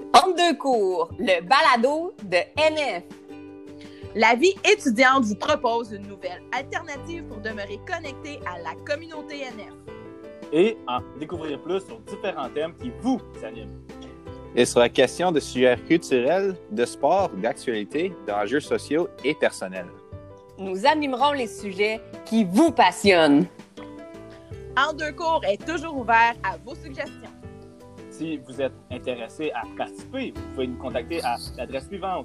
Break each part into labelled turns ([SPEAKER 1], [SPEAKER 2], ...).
[SPEAKER 1] Entre deux cours, le balado de NF.
[SPEAKER 2] La vie étudiante vous propose une nouvelle alternative pour demeurer connecté à la communauté NF.
[SPEAKER 3] Et en découvrir plus sur différents thèmes qui vous animent.
[SPEAKER 4] Il sera question de sujets culturels, de sport, d'actualité, d'enjeux sociaux et personnels.
[SPEAKER 1] Nous animerons les sujets qui vous passionnent.
[SPEAKER 2] Entre deux cours est toujours ouvert à vos suggestions.
[SPEAKER 3] Si vous êtes intéressé à participer, vous pouvez nous contacter à l'adresse suivante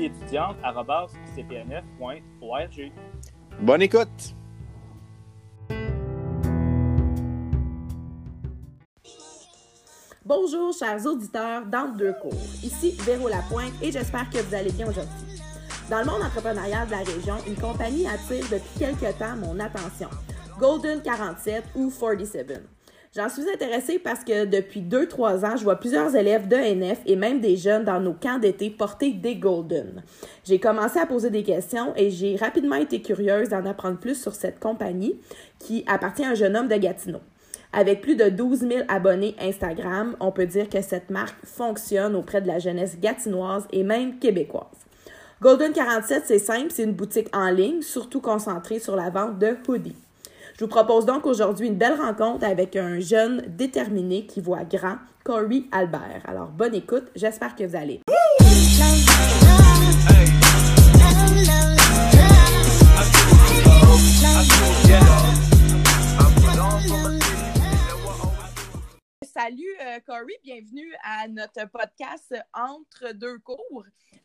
[SPEAKER 3] vieétudiante@cpnf.org.
[SPEAKER 4] Bonne écoute!
[SPEAKER 2] Bonjour chers auditeurs d'Entre deux cours, ici Véro Lapointe et j'espère que vous allez bien aujourd'hui. Dans le monde entrepreneurial de la région, une compagnie attire depuis quelques temps mon attention, Golden 47 ou 47. J'en suis intéressée parce que depuis 2-3 ans, je vois plusieurs élèves de NF et même des jeunes dans nos camps d'été porter des Golden. J'ai commencé à poser des questions et j'ai rapidement été curieuse d'en apprendre plus sur cette compagnie qui appartient à un jeune homme de Gatineau. Avec plus de 12 000 abonnés Instagram, on peut dire que cette marque fonctionne auprès de la jeunesse gatinoise et même québécoise. Golden 47, c'est simple, c'est une boutique en ligne, surtout concentrée sur la vente de hoodies. Je vous propose donc aujourd'hui une belle rencontre avec un jeune déterminé qui voit grand, Corey Albert. Alors, bonne écoute, j'espère que vous allez. Salut Corey, bienvenue à notre podcast Entre deux cours.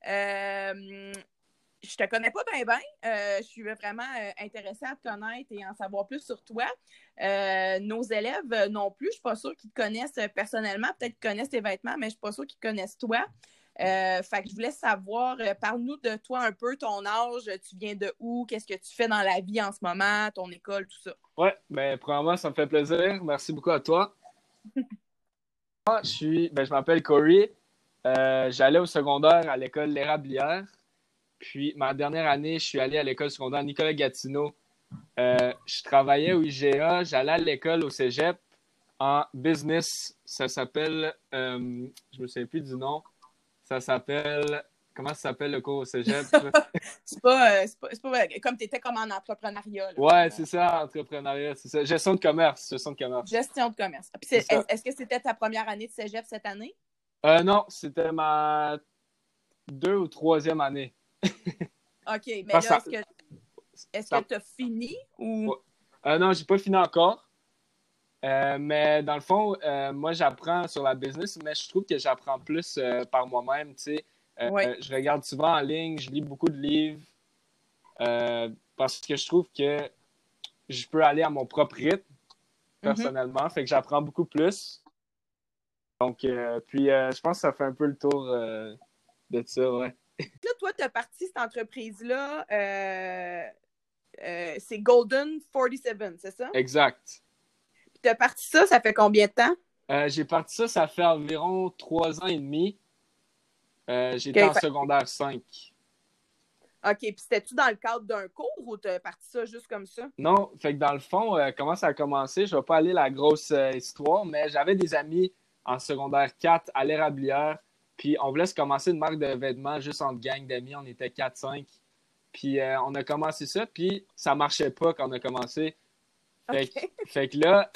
[SPEAKER 2] Je te connais pas bien, je suis vraiment intéressée à te connaître et en savoir plus sur toi. Nos élèves non plus, je suis pas sûre qu'ils te connaissent personnellement, peut-être qu'ils connaissent tes vêtements, mais je suis pas sûre qu'ils te connaissent toi. Fait que je voulais savoir, parle-nous de toi un peu, ton âge, tu viens de où, qu'est-ce que tu fais dans la vie en ce moment, ton école, tout ça.
[SPEAKER 5] Ouais, premièrement, ça me fait plaisir. Merci beaucoup à toi. Moi, je m'appelle Corey. J'allais au secondaire à l'école L'Érablière. Puis, ma dernière année, je suis allé à l'école secondaire Nicolas-Gatineau. Je travaillais au IGA. J'allais à l'école au cégep en business. Ça s'appelle... je me souviens plus du nom. Ça s'appelle... Comment ça s'appelle le cours au cégep?
[SPEAKER 2] c'est pas comme tu étais comme en entrepreneuriat. Là.
[SPEAKER 5] Ouais, c'est ça, entrepreneuriat. C'est ça. Gestion de commerce. Gestion de commerce.
[SPEAKER 2] Puis est-ce que c'était ta première année de cégep cette année?
[SPEAKER 5] Non, c'était ma 2e ou 3e année.
[SPEAKER 2] OK, mais là, est-ce que tu as fini ou...
[SPEAKER 5] Non, j'ai pas fini encore. Mais dans le fond, moi, j'apprends sur la business, mais je trouve que j'apprends plus par moi-même, tu sais. Je regarde souvent en ligne, je lis beaucoup de livres parce que je trouve que je peux aller à mon propre rythme, personnellement. Fait que j'apprends beaucoup plus. Donc, je pense que ça fait un peu le tour de ça, ouais.
[SPEAKER 2] Là, toi, tu as parti cette entreprise-là, c'est Golden 47, c'est ça?
[SPEAKER 5] Exact.
[SPEAKER 2] Puis tu as parti ça fait combien de temps?
[SPEAKER 5] J'ai parti ça fait environ 3 ans et demi. J'étais en secondaire 5.
[SPEAKER 2] OK, puis c'était-tu dans le cadre d'un cours ou tu as parti ça juste comme ça?
[SPEAKER 5] Non, fait que dans le fond, comment ça a commencé, je vais pas aller la grosse histoire, mais j'avais des amis en secondaire 4 à l'Érablière. Puis on voulait se commencer une marque de vêtements juste entre gang d'amis. On était 4-5. Puis on a commencé ça, puis ça marchait pas quand on a commencé. Fait que là,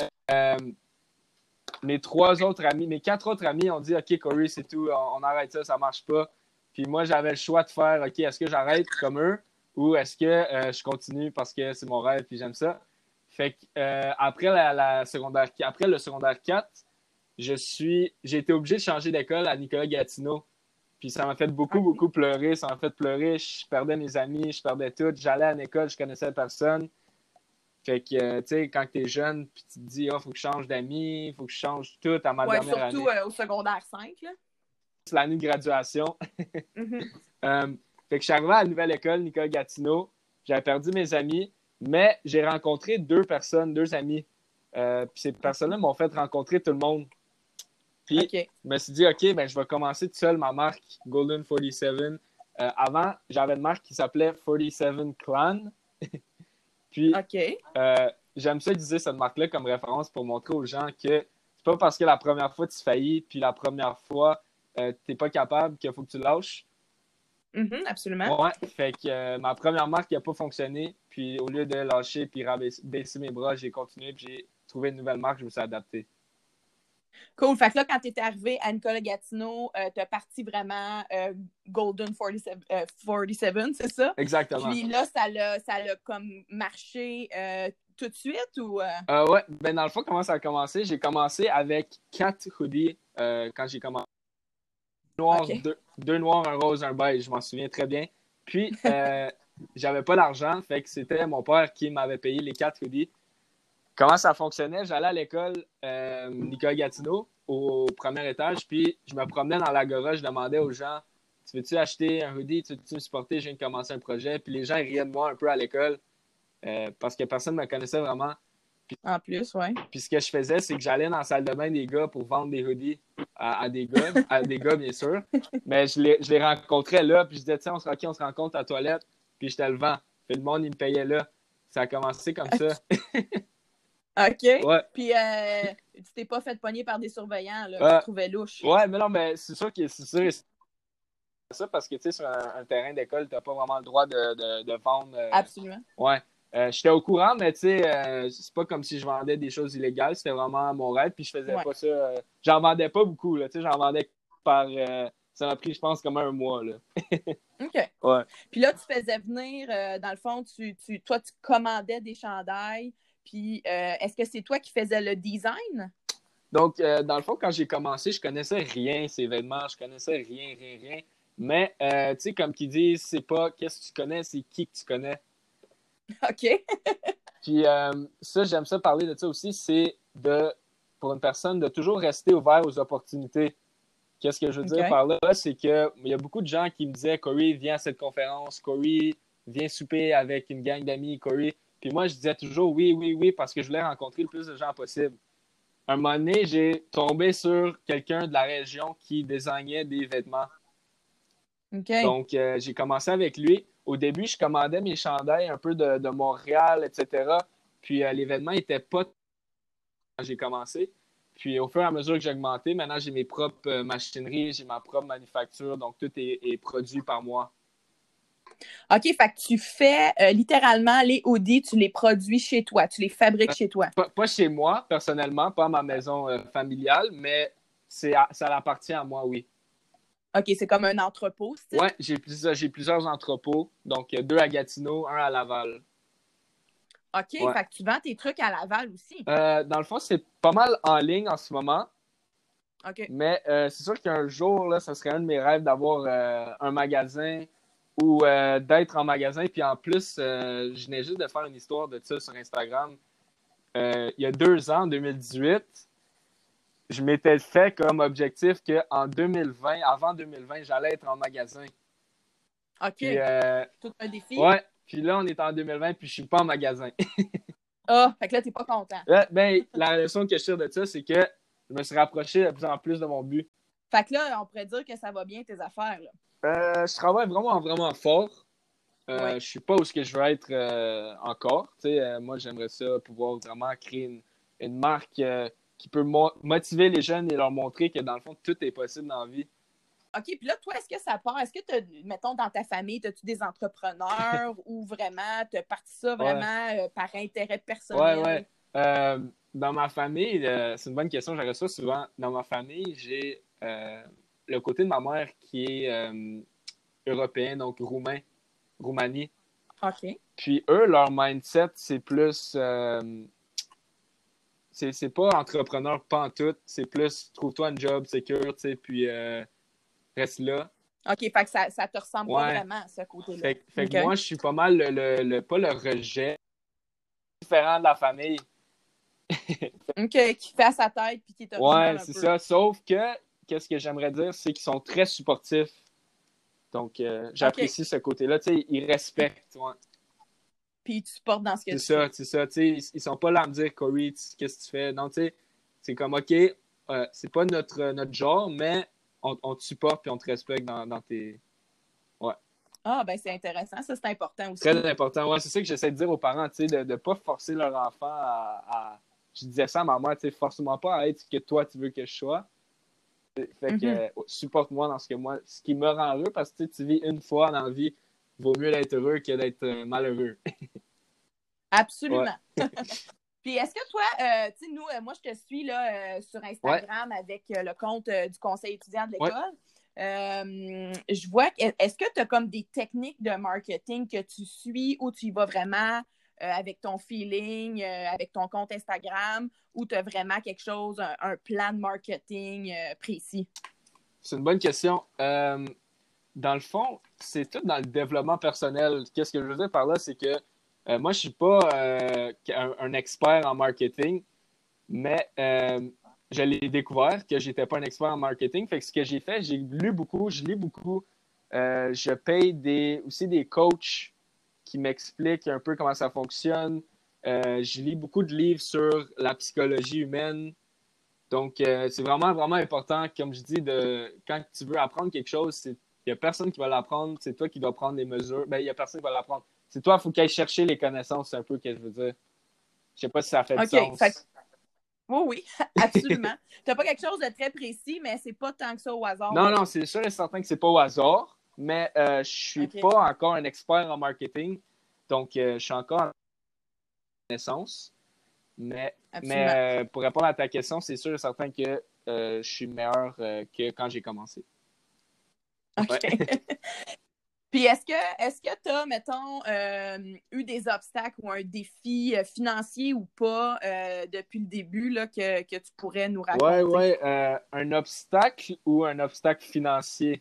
[SPEAKER 5] mes 4 autres amis ont dit « OK, Corey, c'est tout, on arrête ça, ça marche pas. » Puis moi, j'avais le choix de faire « OK, est-ce que j'arrête comme eux ou est-ce que je continue parce que c'est mon rêve puis j'aime ça? » Fait que après le secondaire 4, j'ai été obligé de changer d'école à Nicolas-Gatineau. Puis ça m'a fait beaucoup pleurer. Ça m'a fait pleurer. Je perdais mes amis, je perdais tout. J'allais à l'école, je connaissais personne. Fait que, tu sais, quand t'es jeune, puis tu te dis, faut que je change d'amis, faut que je change tout à ma dernière année.
[SPEAKER 2] Surtout au secondaire 5, là.
[SPEAKER 5] C'est l'année de graduation. Fait que je suis arrivé à la nouvelle école, Nicolas-Gatineau. J'avais perdu mes amis, mais j'ai rencontré 2 amis. Puis ces personnes-là m'ont fait rencontrer tout le monde. Puis, je me suis dit, OK, je vais commencer tout seul ma marque Golden 47. Avant, j'avais une marque qui s'appelait 47 Clan. Puis, j'aime ça utiliser cette marque-là comme référence pour montrer aux gens que c'est pas parce que la première fois tu faillis, puis la première fois t'es pas capable, qu'il faut que tu lâches.
[SPEAKER 2] Absolument.
[SPEAKER 5] Ouais, fait que ma première marque n'a pas fonctionné. Puis au lieu de lâcher puis baisser mes bras, j'ai continué puis j'ai trouvé une nouvelle marque, je me suis adapté.
[SPEAKER 2] Cool. Fait que là, quand tu étais arrivé à Nicolas Gatineau, tu as parti vraiment Golden 47, 47, c'est ça?
[SPEAKER 5] Exactement.
[SPEAKER 2] Puis là, ça l'a comme marché tout de suite ou...
[SPEAKER 5] Ouais, ben dans le fond, comment ça a commencé? J'ai commencé avec 4 hoodies quand j'ai commencé. Deux noirs, un rose, un beige, je m'en souviens très bien. Puis, j'avais pas d'argent, fait que c'était mon père qui m'avait payé les 4 hoodies. Comment ça fonctionnait? J'allais à l'école Nicolas Gatineau au premier étage, puis je me promenais dans l'agora, je demandais aux gens « Tu veux-tu acheter un hoodie? Tu veux-tu me supporter? Je viens de commencer un projet. » Puis les gens riaient de moi un peu à l'école parce que personne ne me connaissait vraiment.
[SPEAKER 2] En plus, ouais.
[SPEAKER 5] Puis ce que je faisais, c'est que j'allais dans la salle de bain des gars pour vendre des hoodies à des gars, bien sûr. Mais je les rencontrais là, puis je disais, tiens, on se rencontre à la toilette, puis je te le vends. Puis le monde, il me payait là. Ça a commencé comme ça.
[SPEAKER 2] OK.
[SPEAKER 5] Ouais.
[SPEAKER 2] Puis tu t'es pas fait pogner par des surveillants, là, qui te trouvaient louche.
[SPEAKER 5] Ouais, mais non, mais c'est sûr que c'est sûr. Ça parce que, tu sais, sur un terrain d'école, t'as pas vraiment le droit de vendre.
[SPEAKER 2] Absolument.
[SPEAKER 5] Ouais. J'étais au courant, mais tu sais, c'est pas comme si je vendais des choses illégales. C'était vraiment mon rêve, puis je faisais pas ça. J'en vendais pas beaucoup, là. Tu sais, j'en vendais par... ça m'a pris, je pense, comme un mois, là.
[SPEAKER 2] OK.
[SPEAKER 5] Ouais.
[SPEAKER 2] Puis là, tu faisais venir, dans le fond, toi, tu commandais des chandails, puis est-ce que c'est toi qui faisais le design?
[SPEAKER 5] Donc, dans le fond, quand j'ai commencé, je connaissais rien, ces vêtements. Je connaissais rien. Mais, tu sais, comme qu'ils disent, c'est pas qu'est-ce que tu connais, c'est qui que tu connais.
[SPEAKER 2] OK.
[SPEAKER 5] Puis ça, j'aime ça parler de ça aussi, c'est pour une personne de toujours rester ouvert aux opportunités. Qu'est-ce que je veux dire par là? C'est qu'il y a beaucoup de gens qui me disaient « Corey, viens à cette conférence. Corey, viens souper avec une gang d'amis. Corey. » Puis moi, je disais toujours « Oui, parce que je voulais rencontrer le plus de gens possible. » Un moment donné, j'ai tombé sur quelqu'un de la région qui désignait des vêtements.
[SPEAKER 2] Okay.
[SPEAKER 5] Donc, j'ai commencé avec lui. Au début, je commandais mes chandails un peu de Montréal, etc. Puis, l'événement n'était pas quand j'ai commencé. Puis, au fur et à mesure que j'ai augmenté, maintenant, j'ai mes propres machineries, j'ai ma propre manufacture. Donc, tout est produit par moi.
[SPEAKER 2] OK, fait que tu fais littéralement les hoodies, tu les produis chez toi, tu les fabriques chez toi.
[SPEAKER 5] Pas chez moi, personnellement, pas à ma maison familiale, mais ça appartient à moi, oui.
[SPEAKER 2] OK, c'est comme un entrepôt, c'est ça?
[SPEAKER 5] Oui, j'ai plusieurs entrepôts. Donc, 2 à Gatineau, 1 à Laval.
[SPEAKER 2] OK, fait que tu vends tes trucs à Laval aussi.
[SPEAKER 5] Dans le fond, c'est pas mal en ligne en ce moment.
[SPEAKER 2] OK.
[SPEAKER 5] Mais c'est sûr qu'un jour, là, ça serait un de mes rêves d'avoir un magasin ou d'être en magasin. Puis en plus, je venais juste de faire une histoire de ça sur Instagram. Il y a 2 ans, en 2018, je m'étais fait comme objectif qu'en 2020, avant 2020, j'allais être en magasin.
[SPEAKER 2] OK.
[SPEAKER 5] Puis,
[SPEAKER 2] tout un défi.
[SPEAKER 5] Ouais. Puis là, on est en 2020, puis je suis pas en magasin.
[SPEAKER 2] Fait que là, t'es pas content.
[SPEAKER 5] Ben, la leçon que je tire de ça, c'est que je me suis rapproché de plus en plus de mon but.
[SPEAKER 2] Fait que là, on pourrait dire que ça va bien, tes affaires, là.
[SPEAKER 5] Je travaille vraiment fort. Je suis pas où ce que je veux être encore. Moi, j'aimerais ça pouvoir vraiment créer une marque qui peut motiver les jeunes et leur montrer que dans le fond, tout est possible dans la vie. OK,
[SPEAKER 2] puis là, toi, est-ce que ça part? Est-ce que, mettons, dans ta famille, as-tu des entrepreneurs ou vraiment, tu as parti ça vraiment par intérêt personnel?
[SPEAKER 5] Dans ma famille, c'est une bonne question, je reçois souvent. Dans ma famille, j'ai le côté de ma mère qui est européen, donc Roumanie.
[SPEAKER 2] OK.
[SPEAKER 5] Puis eux, leur mindset, c'est plus... c'est pas entrepreneur pantoute, c'est plus trouve-toi un job secure, tu sais, puis reste là.
[SPEAKER 2] OK, fait que ça te ressemble pas vraiment, ce côté-là.
[SPEAKER 5] Fait que moi, je suis pas mal pas le rejet différent de la famille.
[SPEAKER 2] OK, qui fait à sa tête puis qui te ressemble un peu.
[SPEAKER 5] C'est ça. Sauf que, qu'est-ce que j'aimerais dire, c'est qu'ils sont très supportifs. Donc, j'apprécie ce côté-là. Tu sais, ils respectent.
[SPEAKER 2] Puis ils te supportent dans ce que tu
[SPEAKER 5] fais. C'est ça. Tu sais, ils sont pas là à me dire, Corey, qu'est-ce que tu fais? Non, tu sais, c'est comme, OK, c'est pas notre genre, mais on te supporte puis on te respecte dans tes... Ouais.
[SPEAKER 2] Ah, ben c'est intéressant. Ça, c'est important aussi.
[SPEAKER 5] Très important. Ouais, c'est ça que j'essaie de dire aux parents, tu sais, de ne pas forcer leur enfant à... Je disais ça à ma mère, tu sais, force-moi pas à être ce que toi, tu veux que je sois. Fait que supporte-moi dans ce qui me rend heureux, parce que tu vis une fois dans la vie, vaut mieux d'être heureux que d'être malheureux.
[SPEAKER 2] Absolument. Puis est-ce que toi, tu sais, nous, moi, je te suis là, sur Instagram avec le compte du conseil étudiant de l'école. Je vois est-ce que tu as comme des techniques de marketing que tu suis ou tu y vas vraiment avec ton feeling, avec ton compte Instagram, ou tu as vraiment quelque chose, un plan de marketing précis?
[SPEAKER 5] C'est une bonne question. Dans le fond, c'est tout dans le développement personnel. Qu'est-ce que je veux dire par là, c'est que moi, je suis pas un expert en marketing, mais je l'ai découvert que j'étais pas un expert en marketing. Fait que ce que j'ai fait, je lis beaucoup. Je paye aussi des coachs qui m'expliquent un peu comment ça fonctionne. Je lis beaucoup de livres sur la psychologie humaine. Donc, c'est vraiment, vraiment important, comme je dis, quand tu veux apprendre quelque chose, il n'y a personne qui va l'apprendre, c'est toi qui dois prendre les mesures. Ben, il n'y a personne qui va l'apprendre. C'est toi, il faut qu'il aille chercher les connaissances, c'est un peu ce que je veux dire. Je sais pas si ça fait du sens.
[SPEAKER 2] Oui, absolument. Tu n'as pas quelque chose de très précis, mais c'est pas tant que ça au hasard.
[SPEAKER 5] Non, c'est sûr et certain que c'est pas au hasard, mais je suis pas encore un expert en marketing, donc je suis encore en connaissance. Mais pour répondre à ta question, c'est sûr et certain que je suis meilleur que quand j'ai commencé.
[SPEAKER 2] OK. Ouais. Puis est-ce que tu as, mettons, eu des obstacles ou un défi financier ou pas depuis le début là, que tu pourrais nous raconter?
[SPEAKER 5] Oui. Un obstacle ou un obstacle financier?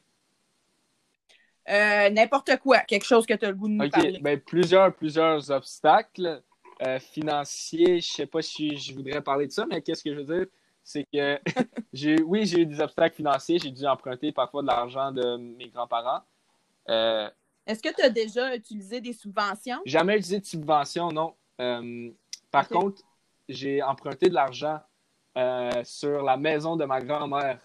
[SPEAKER 2] N'importe quoi. Quelque chose que tu as le goût de nous parler.
[SPEAKER 5] Ben, plusieurs obstacles. Financiers, je sais pas si je voudrais parler de ça, mais qu'est-ce que je veux dire? C'est que j'ai eu des obstacles financiers. J'ai dû emprunter parfois de l'argent de mes grands-parents.
[SPEAKER 2] Est-ce que tu as déjà utilisé des subventions?
[SPEAKER 5] Jamais utilisé de subventions, non. Par contre, j'ai emprunté de l'argent sur la maison de ma grand-mère.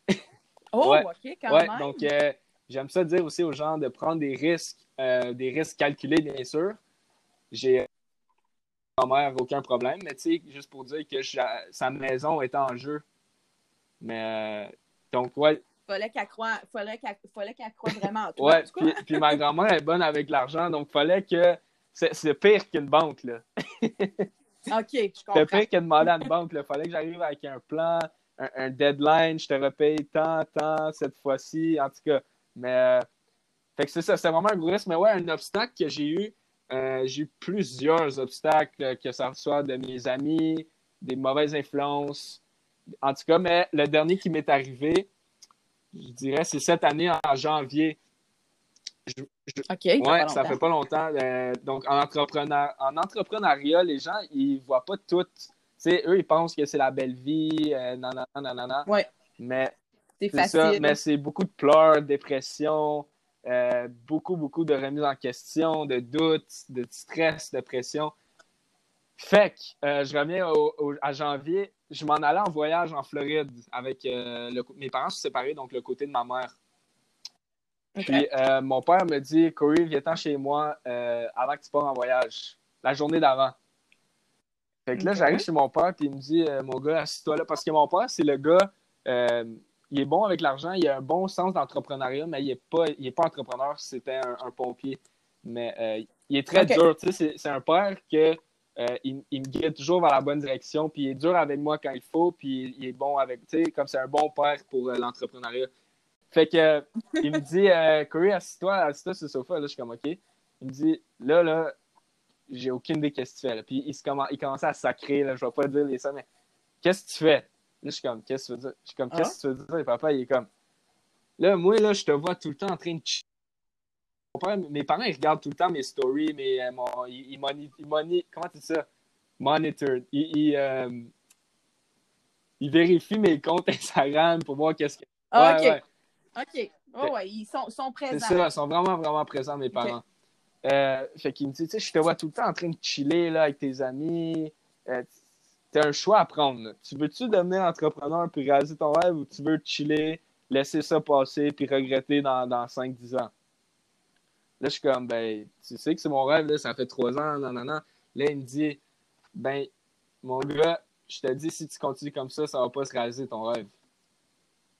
[SPEAKER 2] OK, quand même.
[SPEAKER 5] Donc, j'aime ça dire aussi aux gens de prendre des risques calculés, bien sûr. J'ai grand-mère, aucun problème, mais tu sais, juste pour dire que sa maison est en jeu. Mais, donc, ouais.
[SPEAKER 2] Fallait qu'elle croie vraiment en toi.
[SPEAKER 5] Puis ma grand-mère est bonne avec l'argent, donc fallait que... C'est pire qu'une banque, là.
[SPEAKER 2] OK, je comprends.
[SPEAKER 5] C'est pire que de demander à une banque, là. Fallait que j'arrive avec un plan, un deadline, je te repaye tant, cette fois-ci, en tout cas. Mais, fait que c'est ça, c'est vraiment un gros risque. Mais ouais, un obstacle que j'ai eu plusieurs obstacles, que ça soit de mes amis, des mauvaises influences. En tout cas, mais le dernier qui m'est arrivé, je dirais, c'est cette année en janvier. Ça fait pas longtemps. Donc, en entrepreneuriat, les gens, ils voient pas tout. Tu sais, eux, ils pensent que c'est la belle vie, nanana.
[SPEAKER 2] Ouais.
[SPEAKER 5] Mais
[SPEAKER 2] c'est facile.
[SPEAKER 5] Ça, mais c'est beaucoup de pleurs, dépression, beaucoup de remises en question, de doutes, de stress, de pression. Fait que je reviens à janvier. Je m'en allais en voyage en Floride avec mes parents sont séparés, donc le côté de ma mère. Puis mon père me dit, Corey, viens-t'en chez moi avant que tu pars en voyage, la journée d'avant. Fait que là, j'arrive chez mon père, puis il me dit, mon gars, assis-toi là. Parce que mon père, c'est le gars, il est bon avec l'argent, il a un bon sens d'entrepreneuriat, mais il est pas entrepreneur, c'était un pompier. Mais il est très dur. Tu sais, c'est un père que il me guide toujours vers la bonne direction, puis il est dur avec moi quand il faut, puis il est bon avec, tu sais, comme c'est un bon père pour l'entrepreneuriat. Fait que il me dit, Corey, assis-toi sur le sofa. Là, je suis comme, OK. Il me dit, là, j'ai aucune idée qu'est-ce que tu fais. Là. Puis il commençait à sacrer, là, je vais pas dire les ça, mais qu'est-ce que tu fais? Là, je suis comme, qu'est-ce que tu veux dire? Je suis comme, qu'est-ce que tu veux dire? Et papa, il est comme, là, moi, là, je te vois tout le temps en train de mes parents, ils regardent tout le temps mes stories, mais comment tu dis ça? Monitored. Ils vérifient mes comptes Instagram pour voir qu'est-ce que...
[SPEAKER 2] OK. OK. Oh, ouais, ils sont présents.
[SPEAKER 5] C'est ça, ils sont vraiment, vraiment présents, mes parents. Fait qu'il me dit, tu sais, je te vois tout le temps en train de chiller là, avec tes amis. T'as un choix à prendre. Là. Tu veux-tu devenir entrepreneur puis réaliser ton rêve ou tu veux chiller, laisser ça passer puis regretter dans 5-10 ans? Là, je suis comme, ben, tu sais que c'est mon rêve, là, ça fait 3 ans, non. Là, il me dit, ben, mon gars, je te dis, si tu continues comme ça va pas se réaliser ton rêve.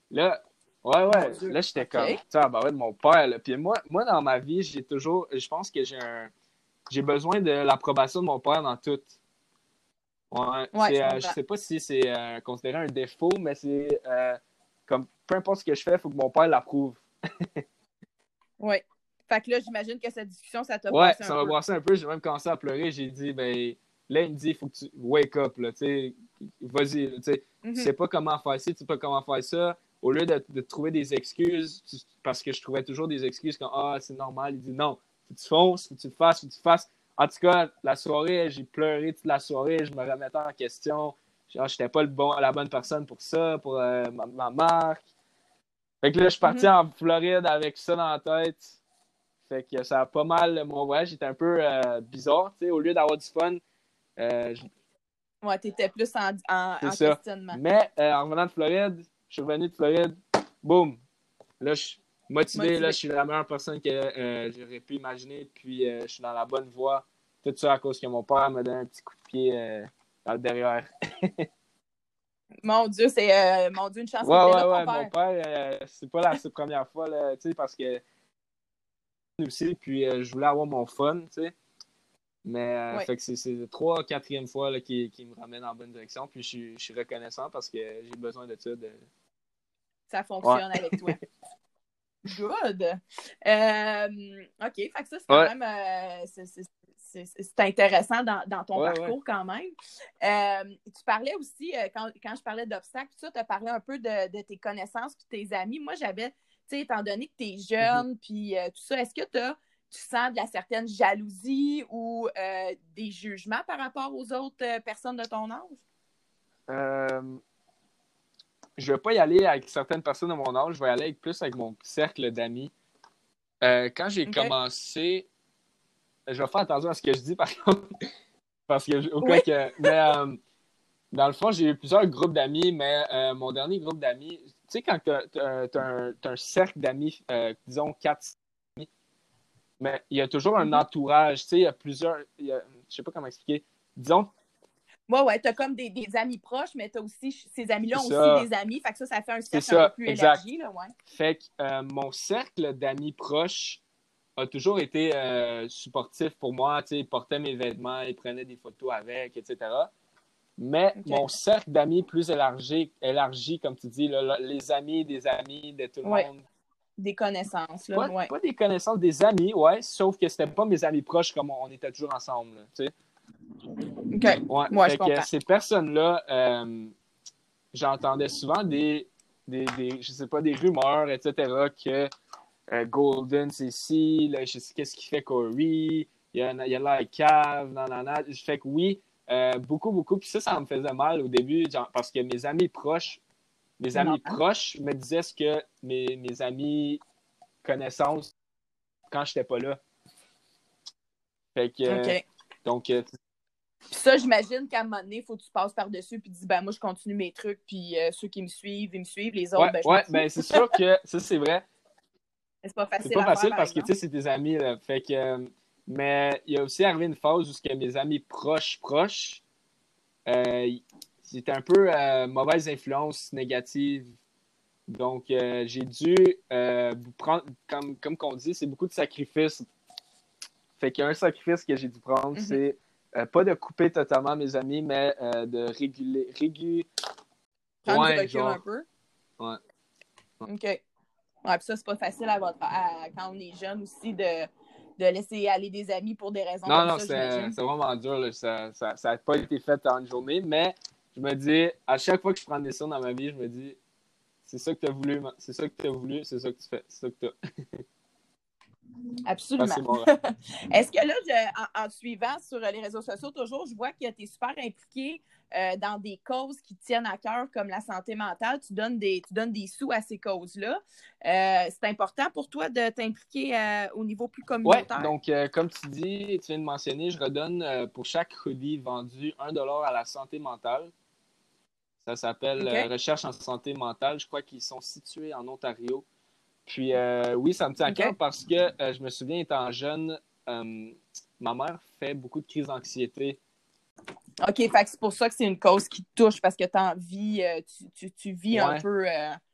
[SPEAKER 5] Là,
[SPEAKER 2] Mon
[SPEAKER 5] ouais,
[SPEAKER 2] Dieu.
[SPEAKER 5] là, j'étais
[SPEAKER 2] Ok.
[SPEAKER 5] comme, ça, bah ouais, de mon père, là. Puis moi, dans ma vie, je pense que j'ai besoin de l'approbation de mon père dans tout. Ouais,
[SPEAKER 2] Ouais, je
[SPEAKER 5] je
[SPEAKER 2] comprends.
[SPEAKER 5] sais pas si c'est considéré un défaut, mais c'est comme, peu importe ce que je fais, il faut que mon père l'approuve.
[SPEAKER 2] Ouais. Fait que là, j'imagine que cette discussion, ça t'a
[SPEAKER 5] Ouais,
[SPEAKER 2] brassé
[SPEAKER 5] ça
[SPEAKER 2] un
[SPEAKER 5] m'a
[SPEAKER 2] peu.
[SPEAKER 5] brassé un peu, j'ai même commencé à pleurer, j'ai dit, ben, là, il me dit, il faut que tu wake up, là, tu sais, vas-y, tu sais, tu
[SPEAKER 2] Mhm.
[SPEAKER 5] sais pas comment faire ci, tu sais pas comment faire ça, au lieu de trouver des excuses, parce que je trouvais toujours des excuses comme, ah, c'est normal, il dit, non, faut que tu fonces, faut que tu le fasses, faut que tu le fasses. En tout cas, la soirée, j'ai pleuré toute la soirée, je me remettais en question, genre, j'étais pas la bonne personne pour ça, pour ma marque. Fait que là, je suis parti
[SPEAKER 2] Mhm.
[SPEAKER 5] en Floride avec ça dans la tête. Fait que ça a pas mal. Mon voyage était un peu bizarre. Tu sais, au lieu d'avoir du fun, je-
[SPEAKER 2] Ouais, t'étais plus
[SPEAKER 5] c'est
[SPEAKER 2] en
[SPEAKER 5] ça.
[SPEAKER 2] questionnement.
[SPEAKER 5] Mais en revenant de Floride, je suis revenu de Floride, boum! Là, je suis motivé. Là,
[SPEAKER 2] Motivé.
[SPEAKER 5] je suis la meilleure personne que j'aurais pu imaginer. Puis, je suis dans la bonne voie. Tout ça à cause que mon père m'a donné un petit coup de pied dans le derrière.
[SPEAKER 2] Mon Dieu, mon Dieu, une chance qu'il
[SPEAKER 5] Ouais,
[SPEAKER 2] était
[SPEAKER 5] ouais,
[SPEAKER 2] là, ton
[SPEAKER 5] ouais. Mon
[SPEAKER 2] père.
[SPEAKER 5] père, c'est pas la première fois, là, tu sais, parce que aussi, puis je voulais avoir mon fun, tu sais. Mais
[SPEAKER 2] Ouais.
[SPEAKER 5] fait que c'est la quatrième fois là, qui me ramène en bonne direction. Puis je suis reconnaissant parce que j'ai besoin de ça.
[SPEAKER 2] Ça
[SPEAKER 5] Ouais.
[SPEAKER 2] fonctionne avec toi. Good. OK, fait que ça, c'est quand
[SPEAKER 5] Ouais.
[SPEAKER 2] même c'est intéressant dans ton
[SPEAKER 5] Ouais,
[SPEAKER 2] parcours quand même. Tu parlais aussi, quand je parlais d'obstacles, tu as parlé un peu de tes connaissances et tes amis. Moi, j'avais, tu sais, étant donné que tu es jeune, puis tout ça, est-ce que tu sens de la certaine jalousie ou des jugements par rapport aux autres personnes de ton âge?
[SPEAKER 5] Je vais pas y aller avec certaines personnes de mon âge, je vais y aller plus avec mon cercle d'amis. Quand j'ai
[SPEAKER 2] OK.
[SPEAKER 5] commencé, je vais faire attention à ce que je dis par contre, parce que au
[SPEAKER 2] Oui.
[SPEAKER 5] cas que. Mais dans le fond, j'ai eu plusieurs groupes d'amis, mais mon dernier groupe d'amis, tu sais, quand t'as un cercle d'amis, disons 4 amis, mais il y a toujours un entourage, tu sais, il y a plusieurs, je sais pas comment expliquer. Disons,
[SPEAKER 2] Ouais, t'as comme des amis proches, mais t'as aussi, ces amis-là ont
[SPEAKER 5] c'est
[SPEAKER 2] aussi
[SPEAKER 5] ça,
[SPEAKER 2] des amis, fait que ça fait un
[SPEAKER 5] c'est
[SPEAKER 2] cercle un peu
[SPEAKER 5] ça,
[SPEAKER 2] plus
[SPEAKER 5] exact.
[SPEAKER 2] élargi, là, ouais.
[SPEAKER 5] Fait que mon cercle d'amis proches a toujours été supportif pour moi, tu sais, ils portaient mes vêtements, ils prenaient des photos avec, etc. Mais
[SPEAKER 2] OK.
[SPEAKER 5] mon cercle d'amis plus élargi, comme tu dis, là, les amis, des amis, de tout le
[SPEAKER 2] Ouais.
[SPEAKER 5] monde.
[SPEAKER 2] Des connaissances, là, ouais.
[SPEAKER 5] Pas des connaissances, des amis, ouais, sauf que c'était pas mes amis proches comme on était toujours ensemble, là, tu sais.
[SPEAKER 2] OK.
[SPEAKER 5] Ouais,
[SPEAKER 2] Moi, je
[SPEAKER 5] fait que
[SPEAKER 2] comprends.
[SPEAKER 5] ces personnes-là, j'entendais souvent je sais pas, des rumeurs, etc., que Golden, c'est ci, là, je sais qu'est-ce qu'il fait Corey, il y a la cave, nanana. Fait que oui, beaucoup, beaucoup. Puis ça me faisait mal au début, genre, parce que mes amis proches
[SPEAKER 2] Normal.
[SPEAKER 5] me disaient ce que mes amis connaissances quand j'étais pas là. Fait que,
[SPEAKER 2] OK.
[SPEAKER 5] donc,
[SPEAKER 2] Puis ça, j'imagine qu'à un moment donné, il faut que tu passes par-dessus puis tu dis, ben moi, je continue mes trucs, puis ceux qui me suivent, ils me suivent, les autres, ben je m'en fous.
[SPEAKER 5] ben c'est sûr que ça, c'est vrai.
[SPEAKER 2] C'est pas
[SPEAKER 5] C'est
[SPEAKER 2] facile
[SPEAKER 5] pas
[SPEAKER 2] à faire,
[SPEAKER 5] facile
[SPEAKER 2] par
[SPEAKER 5] parce que, tu
[SPEAKER 2] exemple.
[SPEAKER 5] sais, c'est tes amis, là. Fait que, mais il y a aussi arrivé une phase où ce que mes amis proches, c'était un peu mauvaise influence négative. Donc, j'ai dû prendre, comme qu'on dit, c'est beaucoup de sacrifices. Fait qu'il y a un sacrifice que j'ai dû prendre, c'est pas de couper totalement mes amis, mais de
[SPEAKER 2] Prendre du
[SPEAKER 5] ouais,
[SPEAKER 2] recul
[SPEAKER 5] genre,
[SPEAKER 2] un peu.
[SPEAKER 5] ouais.
[SPEAKER 2] OK. Ouais, puis ça, c'est pas facile quand on est jeune aussi de laisser aller des amis pour des raisons
[SPEAKER 5] Non,
[SPEAKER 2] comme
[SPEAKER 5] non,
[SPEAKER 2] ça, j'imagine.
[SPEAKER 5] c'est vraiment dur. Là. Ça n'a pas été fait en une journée, mais je me dis, à chaque fois que je prends des décision dans ma vie, je me dis, c'est ça que tu as voulu, c'est ça que tu as voulu, c'est ça que tu fais, c'est ça que tu as.
[SPEAKER 2] Absolument.
[SPEAKER 5] C'est mon rêve.
[SPEAKER 2] Est-ce que là, en te suivant sur les réseaux sociaux, toujours, je vois que tu es super impliqué dans des causes qui tiennent à cœur, comme la santé mentale. Tu donnes des sous à ces causes-là. C'est important pour toi de t'impliquer au niveau plus
[SPEAKER 5] Ouais,
[SPEAKER 2] communautaire?
[SPEAKER 5] donc, comme tu dis, tu viens de mentionner, je redonne pour chaque hoodie vendu $1 à la santé mentale. Ça s'appelle
[SPEAKER 2] OK.
[SPEAKER 5] Recherche en santé mentale. Je crois qu'ils sont situés en Ontario. Puis oui, ça me tient à
[SPEAKER 2] OK.
[SPEAKER 5] cœur parce que je me souviens, étant jeune, ma mère fait beaucoup de crises d'anxiété.
[SPEAKER 2] OK, fait que c'est pour ça que c'est une cause qui te touche, parce que tu vis
[SPEAKER 5] Ouais.
[SPEAKER 2] un peu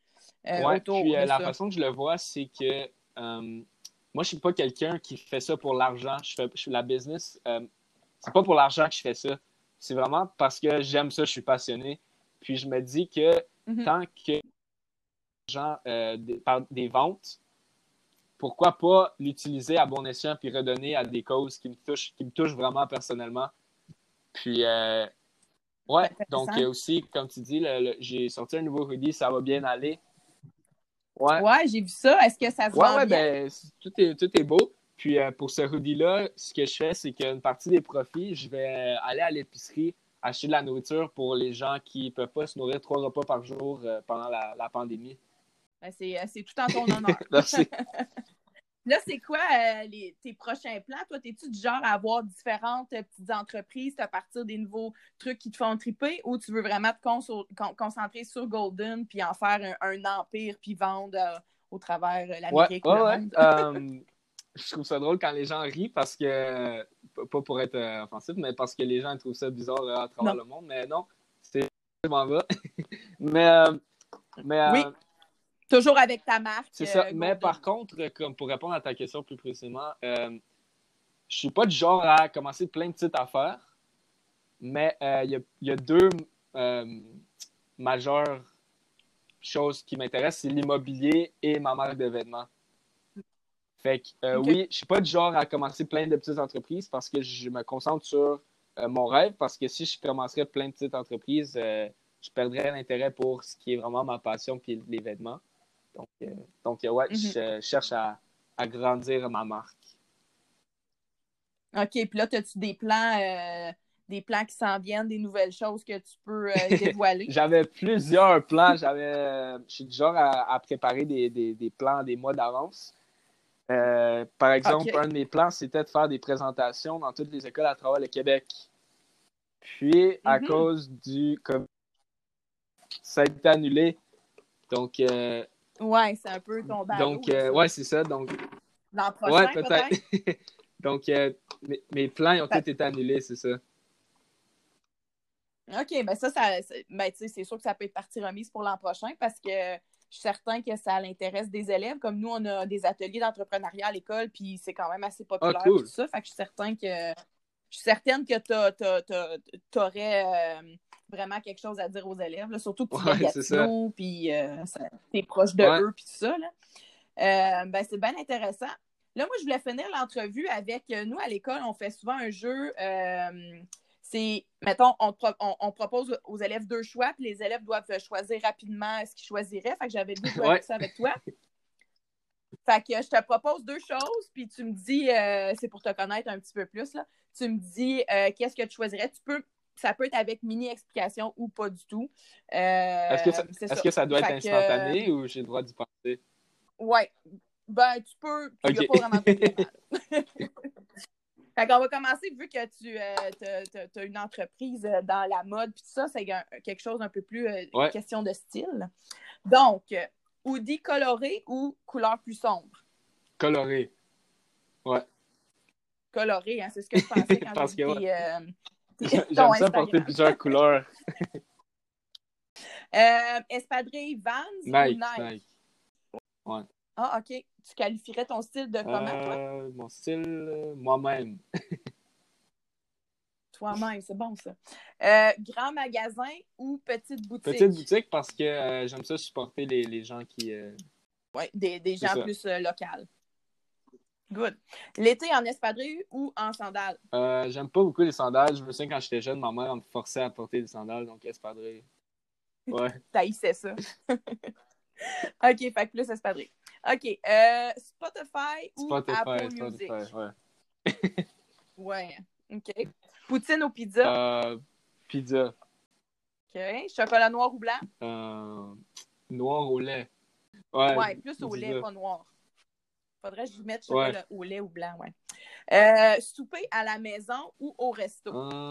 [SPEAKER 5] Ouais,
[SPEAKER 2] autour
[SPEAKER 5] puis
[SPEAKER 2] de
[SPEAKER 5] la
[SPEAKER 2] ça.
[SPEAKER 5] façon que je le vois, c'est que moi, je suis pas quelqu'un qui fait ça pour l'argent. La business, c'est pas pour l'argent que je fais ça. C'est vraiment parce que j'aime ça, je suis passionné. Puis je me dis que
[SPEAKER 2] Mhm.
[SPEAKER 5] tant que l'argent par des ventes, pourquoi pas l'utiliser à bon escient puis redonner à des causes qui me touchent vraiment personnellement. Puis ouais,
[SPEAKER 2] C'est
[SPEAKER 5] donc
[SPEAKER 2] intéressant.
[SPEAKER 5] aussi, comme tu dis, j'ai sorti un nouveau hoodie, ça va bien aller. Ouais.
[SPEAKER 2] Ouais, j'ai vu ça. Est-ce que ça se vend
[SPEAKER 5] Ouais,
[SPEAKER 2] bien?
[SPEAKER 5] ben, tout est beau. Puis pour ce hoodie-là, ce que je fais, c'est qu'une partie des profits, je vais aller à l'épicerie acheter de la nourriture pour les gens qui ne peuvent pas se nourrir 3 repas par jour pendant la pandémie.
[SPEAKER 2] Ben, c'est tout en ton honneur.
[SPEAKER 5] Merci.
[SPEAKER 2] Là, c'est quoi tes prochains plans? Toi, es-tu du genre à avoir différentes petites entreprises à partir des nouveaux trucs qui te font triper ou tu veux vraiment te concentrer sur Golden puis en faire un empire puis vendre au travers l'Amérique ou le monde?
[SPEAKER 5] Je trouve ça drôle quand les gens rient parce que, pas pour être offensif, mais parce que les gens trouvent ça bizarre à travers le monde. Mais non, c'est vraiment va. mais
[SPEAKER 2] oui. Toujours avec ta marque.
[SPEAKER 5] C'est ça.
[SPEAKER 2] Golden.
[SPEAKER 5] Mais par contre, comme pour répondre à ta question plus précisément, je suis pas du genre à commencer plein de petites affaires, mais il y a deux majeures choses qui m'intéressent, c'est l'immobilier et ma marque de vêtements. Fait que
[SPEAKER 2] Okay.
[SPEAKER 5] oui, je suis pas du genre à commencer plein de petites entreprises parce que je me concentre sur mon rêve, parce que si je commencerais plein de petites entreprises, je perdrais l'intérêt pour ce qui est vraiment ma passion puis les vêtements. Donc ouais, je cherche à grandir ma marque.
[SPEAKER 2] OK, puis là, as-tu des plans qui s'en viennent, des nouvelles choses que tu peux dévoiler?
[SPEAKER 5] J'avais plusieurs plans. Je suis du genre à préparer des plans des mois d'avance. Par exemple, un de mes plans, c'était de faire des présentations dans toutes les écoles à travers le Québec. Puis, à cause du COVID, ça a été annulé. Donc,
[SPEAKER 2] ouais, c'est un peu tombé à l'eau.
[SPEAKER 5] Donc, ouais, c'est ça. Donc,
[SPEAKER 2] l'an prochain,
[SPEAKER 5] ouais, peut-être. Donc, mes plans ont tous été annulés, c'est ça.
[SPEAKER 2] OK, ben c'est sûr que ça peut être partie remise pour l'an prochain parce que je suis certain que ça l'intéresse des élèves. Comme nous, on a des ateliers d'entrepreneuriat à l'école, puis c'est quand même assez populaire.
[SPEAKER 5] Cool.
[SPEAKER 2] Tout ça. Fait que je suis certaine que tu aurais vraiment quelque chose à dire aux élèves, là, surtout que tu viens de Gatineau, puis tu es proche de eux, puis tout ça. Là. Ben, c'est bien intéressant. Là, moi, je voulais finir l'entrevue avec nous à l'école. On fait souvent un jeu. C'est, mettons, on propose aux élèves 2 choix, puis les élèves doivent choisir rapidement ce qu'ils choisiraient. Fait que j'avais dit jouer avec ça avec toi. Fait que je te propose 2 choses, puis tu me dis, c'est pour te connaître un petit peu plus, là. Tu me dis qu'est-ce que tu choisirais. Ça peut être avec mini-explication ou pas du tout.
[SPEAKER 5] Est-ce que ça doit être instantané ou j'ai le droit d'y penser?
[SPEAKER 2] Ouais. Ben, tu peux. Il n'y a pas vraiment de mal. Fait qu'on va commencer, vu que tu as une entreprise dans la mode, puis tout ça, c'est quelque chose un peu plus question de style. Donc, hoodie coloré ou couleur plus sombre?
[SPEAKER 5] Coloré. Ouais.
[SPEAKER 2] Coloré, hein, c'est ce que je pensais quand
[SPEAKER 5] parce
[SPEAKER 2] j'ai
[SPEAKER 5] dit j'aime ça porter plusieurs couleurs.
[SPEAKER 2] Espadrille Vans
[SPEAKER 5] Nike,
[SPEAKER 2] ou Nike?
[SPEAKER 5] Ouais.
[SPEAKER 2] Ah, OK. Tu qualifierais ton style de comment, toi?
[SPEAKER 5] Mon style, moi-même.
[SPEAKER 2] Toi-même, c'est bon, ça. Grand magasin ou petite boutique?
[SPEAKER 5] Petite boutique parce que j'aime ça supporter les gens qui...
[SPEAKER 2] Oui, des gens plus locaux. Good. L'été en espadrille ou en sandales?
[SPEAKER 5] J'aime pas beaucoup les sandales. Je me souviens quand j'étais jeune, ma mère me forçait à porter des sandales, donc espadrille. Ouais.
[SPEAKER 2] T'haïssais ça. OK, fait que plus espadrille. OK. Spotify ou Apple Music?
[SPEAKER 5] Ouais.
[SPEAKER 2] Ouais. OK. Poutine ou pizza?
[SPEAKER 5] Pizza.
[SPEAKER 2] OK. Chocolat noir ou blanc?
[SPEAKER 5] Noir au lait.
[SPEAKER 2] Ouais, plus au lait, pas noir. Faudrait que je mette chocolat au lait ou blanc, ouais. Souper à la maison ou au resto?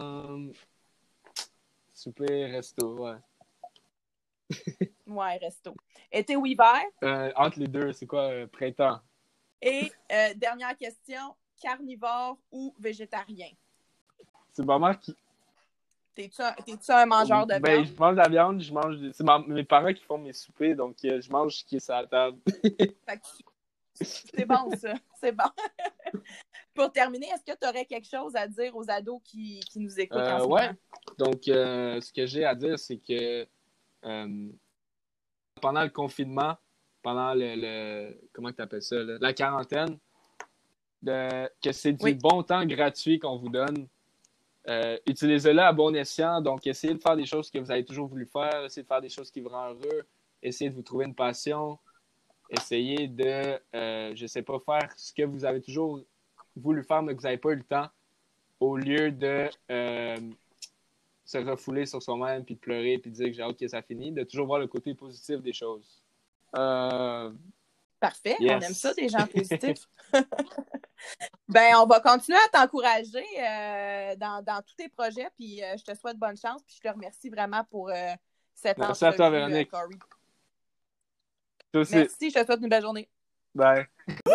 [SPEAKER 5] Souper, resto, ouais.
[SPEAKER 2] Ouais, resto. Été ou hiver?
[SPEAKER 5] Entre les deux, c'est quoi? Printemps.
[SPEAKER 2] Et dernière question, carnivore ou végétarien?
[SPEAKER 5] C'est ma mère
[SPEAKER 2] T'es-tu un mangeur de
[SPEAKER 5] Ben,
[SPEAKER 2] viande?
[SPEAKER 5] je mange de la viande, c'est mes parents qui font mes soupers, donc je mange ce qui est sur la table.
[SPEAKER 2] Fait que c'est bon, ça. C'est bon. Pour terminer, est-ce que tu aurais quelque chose à dire aux ados qui nous écoutent en ce
[SPEAKER 5] Ouais.
[SPEAKER 2] moment?
[SPEAKER 5] Donc, ce que j'ai à dire, c'est que pendant le confinement, pendant comment tu appelles ça, la quarantaine, que c'est du bon temps gratuit qu'on vous donne. Utilisez-le à bon escient. Donc, essayez de faire des choses que vous avez toujours voulu faire. Essayez de faire des choses qui vous rendent heureux. Essayez de vous trouver une passion. Essayez de, je sais pas, faire ce que vous avez toujours voulu faire, mais que vous n'avez pas eu le temps, au lieu de se refouler sur soi-même, puis de pleurer, puis de dire que j'ai hâte que ça finisse, de toujours voir le côté positif des choses.
[SPEAKER 2] Parfait,
[SPEAKER 5] Yes.
[SPEAKER 2] On aime ça, des gens positifs. Ben, on va continuer à t'encourager dans tous tes projets, puis je te souhaite bonne chance, puis je te remercie vraiment pour cette entrevue.
[SPEAKER 5] Merci à toi, Véronique.
[SPEAKER 2] Corey.
[SPEAKER 5] Toi aussi.
[SPEAKER 2] Merci, je te souhaite une belle journée.
[SPEAKER 5] Bye.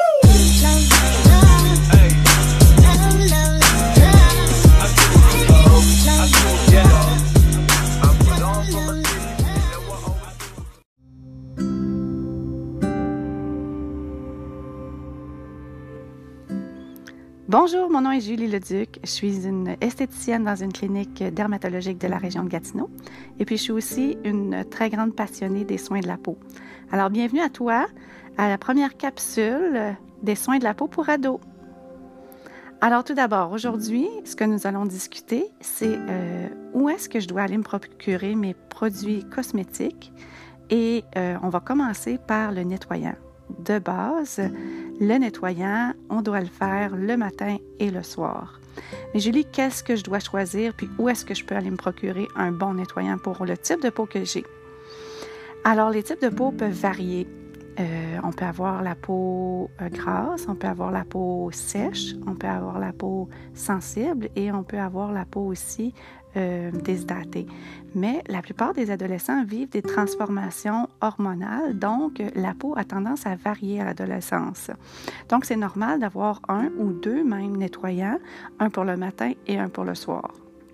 [SPEAKER 6] Bonjour, mon nom est Julie Leduc. Je suis une esthéticienne dans une clinique dermatologique de la région de Gatineau. Et puis, je suis aussi une très grande passionnée des soins de la peau. Alors, bienvenue à toi à la première capsule des soins de la peau pour ados. Alors, tout d'abord, aujourd'hui, ce que nous allons discuter, c'est où est-ce que je dois aller me procurer mes produits cosmétiques. Et on va commencer par le nettoyant. De base, le nettoyant, on doit le faire le matin et le soir. Mais Julie, qu'est-ce que je dois choisir, puis où est-ce que je peux aller me procurer un bon nettoyant pour le type de peau que j'ai? Alors, les types de peau peuvent varier. On peut avoir la peau grasse, on peut avoir la peau sèche, on peut avoir la peau sensible et on peut avoir la peau aussi déshydratée. Mais la plupart des adolescents vivent des transformations hormonales, donc la peau a tendance à varier à l'adolescence. Donc, c'est normal d'avoir un ou deux même nettoyants, un pour le matin et un pour le soir.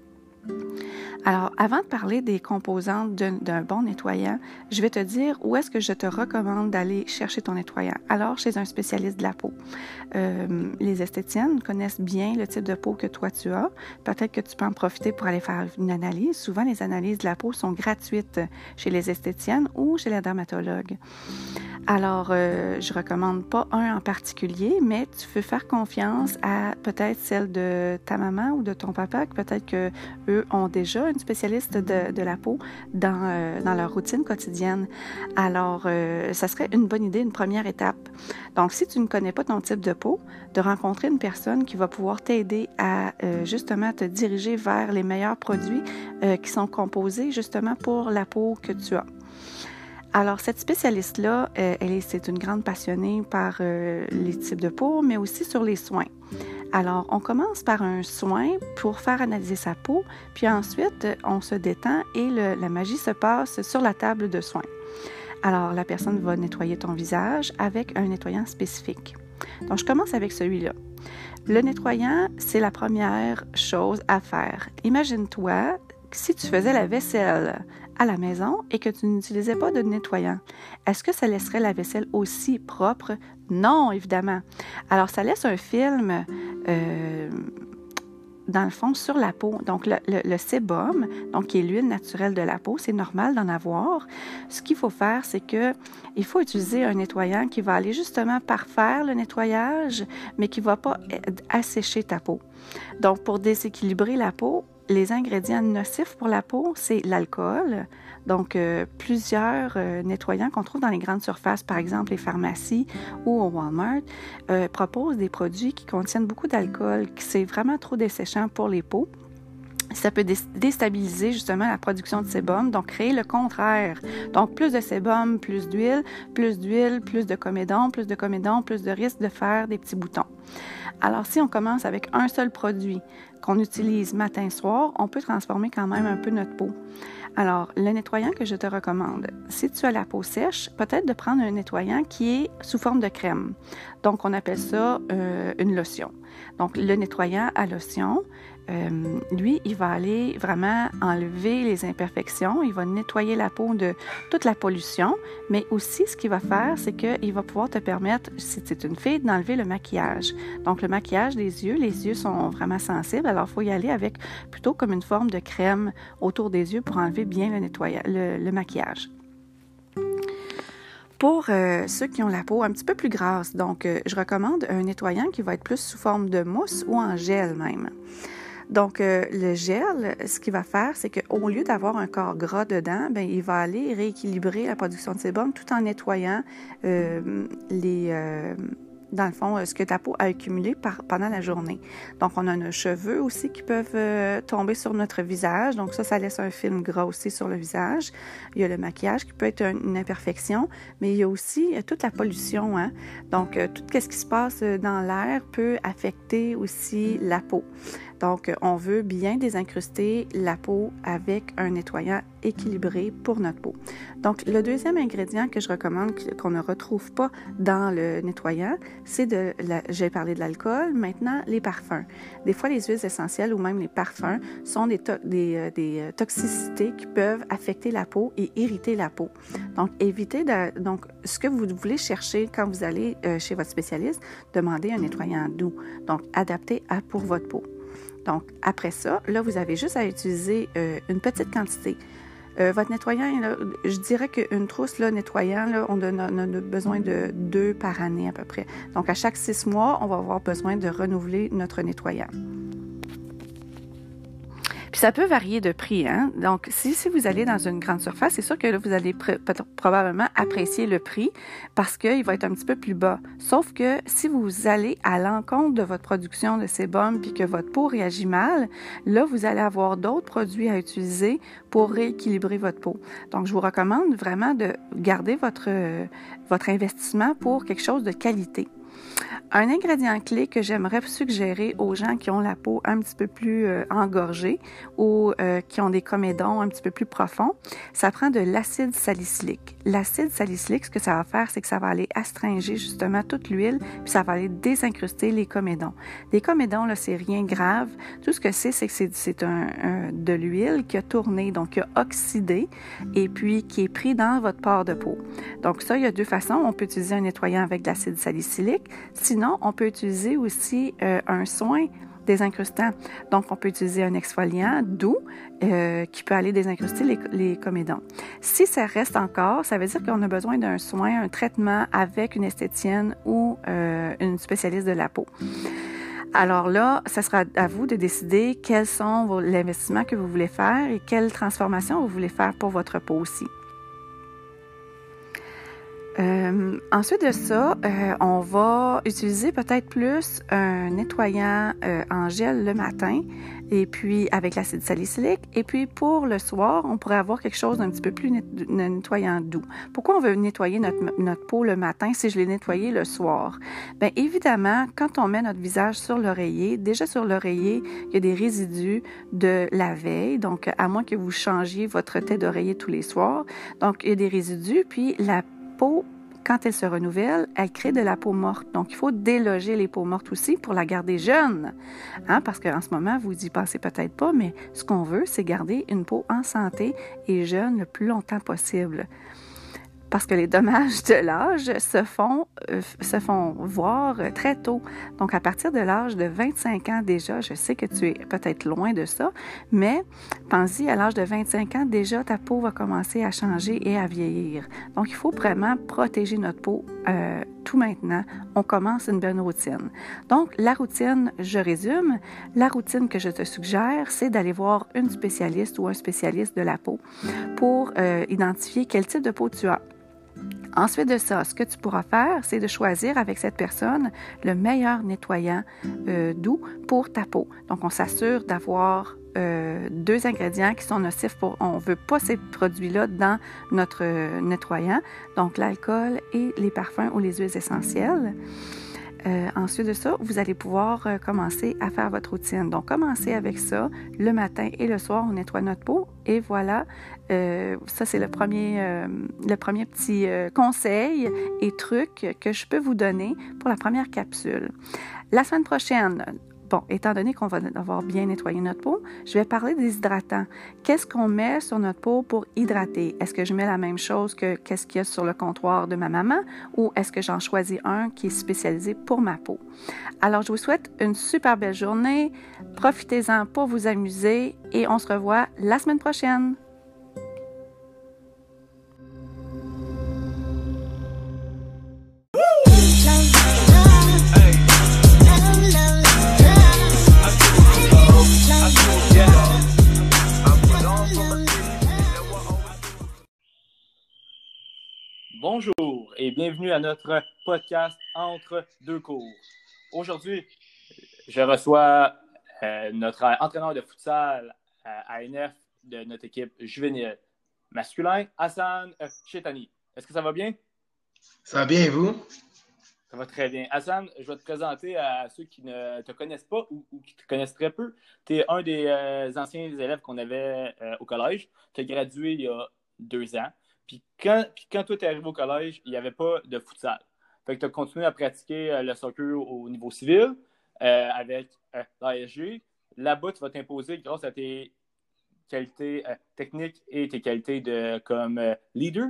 [SPEAKER 6] Alors, avant de parler des composantes d'un bon nettoyant, je vais te dire où est-ce que je te recommande d'aller chercher ton nettoyant. Alors, chez un spécialiste de la peau. Les esthéticiennes connaissent bien le type de peau que toi tu as. Peut-être que tu peux en profiter pour aller faire une analyse. Souvent, les analyses de la peau sont gratuites chez les esthéticiennes ou chez les dermatologues. Alors, je recommande pas un en particulier, mais tu peux faire confiance à peut-être celle de ta maman ou de ton papa, que peut-être qu'eux ont déjà une spécialiste de la peau dans leur routine quotidienne. Alors, ça serait une bonne idée, une première étape. Donc, si tu ne connais pas ton type de peau, de rencontrer une personne qui va pouvoir t'aider à justement te diriger vers les meilleurs produits qui sont composés justement pour la peau que tu as. Alors, cette spécialiste-là, c'est une grande passionnée par les types de peau, mais aussi sur les soins. Alors, on commence par un soin pour faire analyser sa peau, puis ensuite, on se détend et la magie se passe sur la table de soins. Alors, la personne va nettoyer ton visage avec un nettoyant spécifique. Donc, je commence avec celui-là. Le nettoyant, c'est la première chose à faire. Imagine-toi si tu faisais la vaisselle à la maison et que tu n'utilisais pas de nettoyant. Est-ce que ça laisserait la vaisselle aussi propre? Non, évidemment. Alors, ça laisse un film, dans le fond, sur la peau. Donc, le sébum, donc qui est l'huile naturelle de la peau, c'est normal d'en avoir. Ce qu'il faut faire, c'est qu'il faut utiliser un nettoyant qui va aller justement parfaire le nettoyage, mais qui ne va pas assécher ta peau. Donc, pour déséquilibrer la peau, les ingrédients nocifs pour la peau, c'est l'alcool. Donc, plusieurs nettoyants qu'on trouve dans les grandes surfaces, par exemple les pharmacies ou au Walmart, proposent des produits qui contiennent beaucoup d'alcool, qui c'est vraiment trop desséchant pour les peaux. Ça peut déstabiliser justement la production de sébum, donc créer le contraire. Donc, plus de sébum, plus d'huile, plus de comédon, plus de risque de faire des petits boutons. Alors, si on commence avec un seul produit qu'on utilise matin-soir, on peut transformer quand même un peu notre peau. Alors, le nettoyant que je te recommande, si tu as la peau sèche, peut-être de prendre un nettoyant qui est sous forme de crème. Donc, on appelle ça une lotion. Donc, le nettoyant à lotion, lui, il va aller vraiment enlever les imperfections, il va nettoyer la peau de toute la pollution, mais aussi ce qu'il va faire, c'est qu'il va pouvoir te permettre, si tu es une fille, d'enlever le maquillage. Donc, le maquillage des yeux, les yeux sont vraiment sensibles, alors il faut y aller avec plutôt comme une forme de crème autour des yeux pour enlever bien le maquillage. Pour ceux qui ont la peau un petit peu plus grasse, donc je recommande un nettoyant qui va être plus sous forme de mousse ou en gel même. Donc, le gel, ce qu'il va faire, c'est qu'au lieu d'avoir un corps gras dedans, bien, il va aller rééquilibrer la production de sébum tout en nettoyant dans le fond, ce que ta peau a accumulé pendant la journée. Donc, on a nos cheveux aussi qui peuvent tomber sur notre visage. Donc, ça laisse un film gras aussi sur le visage. Il y a le maquillage qui peut être une imperfection, mais il y a aussi toute la pollution. Hein? Donc, tout ce qui se passe dans l'air peut affecter aussi la peau. Donc, on veut bien désincruster la peau avec un nettoyant équilibré pour notre peau. Donc, le deuxième ingrédient que je recommande qu'on ne retrouve pas dans le nettoyant, c'est j'ai parlé de l'alcool, maintenant les parfums. Des fois, les huiles essentielles ou même les parfums sont des toxicités qui peuvent affecter la peau et irriter la peau. Donc, évitez donc, ce que vous voulez chercher quand vous allez chez votre spécialiste, demandez un nettoyant doux, donc adapté pour votre peau. Donc, après ça, là, vous avez juste à utiliser une petite quantité. Votre nettoyant, là, je dirais qu'une trousse là, nettoyant, là, on a besoin de 2 par année à peu près. Donc, à chaque 6 mois, on va avoir besoin de renouveler notre nettoyant. Puis ça peut varier de prix, hein? Donc, si vous allez dans une grande surface, c'est sûr que là, vous allez probablement apprécier le prix parce qu'il va être un petit peu plus bas. Sauf que si vous allez à l'encontre de votre production de sébum puis que votre peau réagit mal, là, vous allez avoir d'autres produits à utiliser pour rééquilibrer votre peau. Donc, je vous recommande vraiment de garder votre investissement pour quelque chose de qualité. Un ingrédient clé que j'aimerais suggérer aux gens qui ont la peau un petit peu plus engorgée ou qui ont des comédons un petit peu plus profonds, ça prend de l'acide salicylique. L'acide salicylique, ce que ça va faire, c'est que ça va aller astringer justement toute l'huile, puis ça va aller désincruster les comédons. Les comédons, là, c'est rien grave. Tout ce que c'est que c'est de l'huile qui a tourné, donc qui a oxydé, et puis qui est pris dans votre pore de peau. Donc ça, il y a 2 façons. On peut utiliser un nettoyant avec de l'acide salicylique. Sinon, on peut utiliser aussi un soin désincrustant. Donc, on peut utiliser un exfoliant doux qui peut aller désincruster les comédons. Si ça reste encore, ça veut dire qu'on a besoin d'un soin, un traitement avec une esthéticienne ou une spécialiste de la peau. Alors là, ça sera à vous de décider quels sont les investissements que vous voulez faire et quelle transformation vous voulez faire pour votre peau aussi. Ensuite de ça, on va utiliser peut-être plus un nettoyant en gel le matin et puis avec l'acide salicylique. Et puis pour le soir, on pourrait avoir quelque chose d'un petit peu plus nettoyant doux. Pourquoi on veut nettoyer notre peau le matin si je l'ai nettoyé le soir? Bien évidemment, quand on met notre visage sur l'oreiller, déjà sur l'oreiller, il y a des résidus de la veille. Donc, à moins que vous changiez votre tête d'oreiller tous les soirs. Donc, il y a des résidus, puis la peau, quand elle se renouvelle, elle crée de la peau morte. Donc, il faut déloger les peaux mortes aussi pour la garder jeune. Hein? Parce qu'en ce moment, vous y pensez peut-être pas, mais ce qu'on veut, c'est garder une peau en santé et jeune le plus longtemps possible. Parce que les dommages de l'âge se font voir très tôt. Donc, à partir de l'âge de 25 ans déjà, je sais que tu es peut-être loin de ça, mais pense-y, à l'âge de 25 ans, déjà, ta peau va commencer à changer et à vieillir. Donc, il faut vraiment protéger notre peau tout maintenant. On commence une bonne routine. Donc, la routine, je résume, la routine que je te suggère, c'est d'aller voir une spécialiste ou un spécialiste de la peau pour identifier quel type de peau tu as. Ensuite de ça, ce que tu pourras faire, c'est de choisir avec cette personne le meilleur nettoyant doux pour ta peau. Donc, on s'assure d'avoir 2 ingrédients qui sont nocifs on ne veut pas ces produits-là dans notre nettoyant, donc l'alcool et les parfums ou les huiles essentielles. Ensuite de ça, vous allez pouvoir commencer à faire votre routine. Donc, commencez avec ça. Le matin et le soir, on nettoie notre peau. Et voilà, ça c'est le premier petit conseil et truc que je peux vous donner pour la première capsule. La semaine prochaine, étant donné qu'on va avoir bien nettoyé notre peau, je vais parler des hydratants. Qu'est-ce qu'on met sur notre peau pour hydrater? Est-ce que je mets la même chose que qu'est-ce qu'il y a sur le comptoir de ma maman ou est-ce que j'en choisis un qui est spécialisé pour ma peau? Alors, je vous souhaite une super belle journée. Profitez-en pour vous amuser et on se revoit la semaine prochaine.
[SPEAKER 3] Bonjour et bienvenue à notre podcast Entre deux cours. Aujourd'hui, je reçois notre entraîneur de futsal à ANF de notre équipe juvénile masculin, Hassan Chetani. Est-ce que ça va bien?
[SPEAKER 7] Ça va bien et vous?
[SPEAKER 3] Ça va très bien. Hassan, je vais te présenter à ceux qui ne te connaissent pas ou qui te connaissent très peu. Tu es un des anciens élèves qu'on avait au collège. Tu as gradué il y a 2 ans. Puis quand toi, tu es arrivé au collège, il n'y avait pas de futsal. Fait que tu as continué à pratiquer le soccer au niveau civil avec l'ASG. Là-bas, tu vas t'imposer grâce à tes qualités techniques et tes qualités comme leader.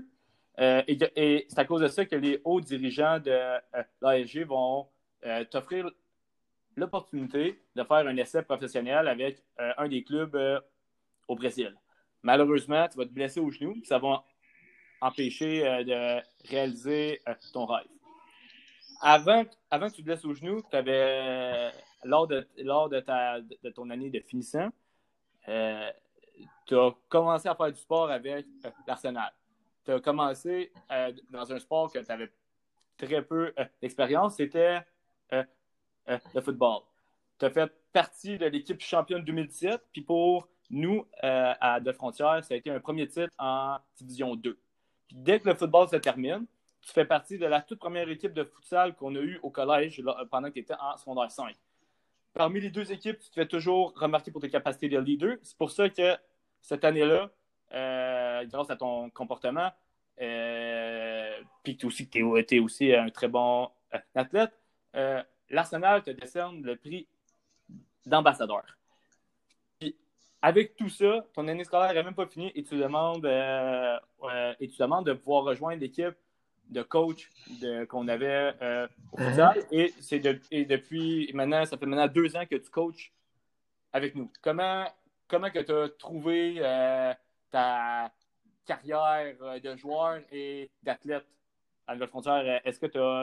[SPEAKER 3] Et c'est à cause de ça que les hauts dirigeants de l'ASG vont t'offrir l'opportunité de faire un essai professionnel avec un des clubs au Brésil. Malheureusement, tu vas te blesser au genou. Ça va empêcher de réaliser ton rêve. Avant que tu te blesses au genou, tu avais, lors de ton année de finissant, tu as commencé à faire du sport avec l'Arsenal. Tu as commencé dans un sport que tu avais très peu d'expérience, c'était le football. Tu as fait partie de l'équipe championne 2017, puis pour nous, à Deux-Frontières, ça a été un premier titre en Division 2. Puis dès que le football se termine, tu fais partie de la toute première équipe de futsal qu'on a eue au collège pendant que tu étais en secondaire 5. Parmi les 2 équipes, tu te fais toujours remarquer pour tes capacités de leader. C'est pour ça que cette année-là, grâce à ton comportement, puis que tu es aussi un très bon athlète, l'Arsenal te décerne le prix d'ambassadeur. Avec tout ça, ton année scolaire n'est même pas finie et tu demandes de pouvoir rejoindre l'équipe de coach qu'on avait au futsal. Et depuis maintenant, ça fait maintenant 2 ans que tu coaches avec nous. Comment que tu as trouvé ta carrière de joueur et d'athlète à Nouvelle-Frontière? Est-ce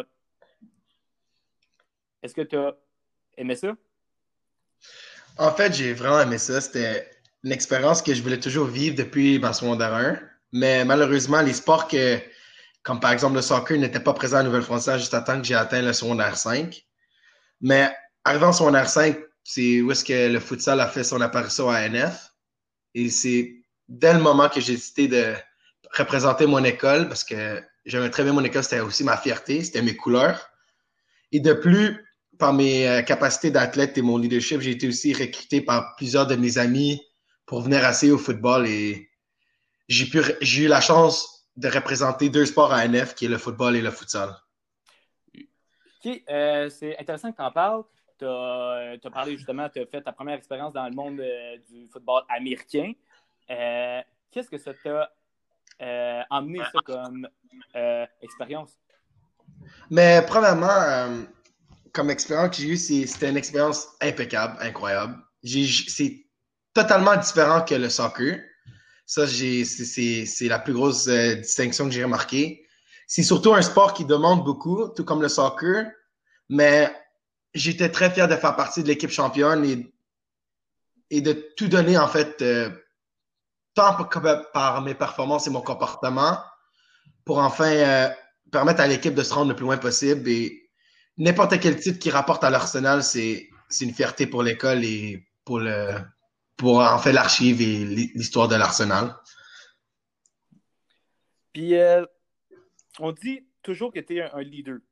[SPEAKER 3] que tu as aimé ça?
[SPEAKER 7] En fait, j'ai vraiment aimé ça. C'était une expérience que je voulais toujours vivre depuis ma secondaire 1. Mais malheureusement, les sports comme par exemple le soccer, n'étaient pas présents à Nouvelle-Frontière juste à temps que j'ai atteint le secondaire 5. Mais arrivant au secondaire 5, c'est où est-ce que le futsal a fait son apparition à ANF. Et c'est dès le moment que j'ai décidé de représenter mon école, parce que j'aimais très bien mon école, c'était aussi ma fierté, c'était mes couleurs. Et de plus, par mes capacités d'athlète et mon leadership, j'ai été aussi recruté par plusieurs de mes amis pour venir essayer au football et j'ai eu la chance de représenter 2 sports à ANF, qui est le football et le futsal.
[SPEAKER 3] OK, c'est intéressant que tu en parles. Tu as parlé justement, tu as fait ta première expérience dans le monde du football américain. Qu'est-ce que ça t'a emmené ça comme expérience?
[SPEAKER 7] Mais premièrement, comme expérience que j'ai eue, c'était une expérience impeccable, incroyable. C'est totalement différent que le soccer. Ça, c'est la plus grosse distinction que j'ai remarquée. C'est surtout un sport qui demande beaucoup, tout comme le soccer, mais j'étais très fier de faire partie de l'équipe championne et de tout donner, en fait, tant par mes performances et mon comportement, pour enfin permettre à l'équipe de se rendre le plus loin possible. Et n'importe quel titre qui rapporte à l'Arsenal, c'est une fierté pour l'école et pour en fait l'archive et l'histoire de l'Arsenal.
[SPEAKER 3] Puis, on dit toujours que tu es un leader.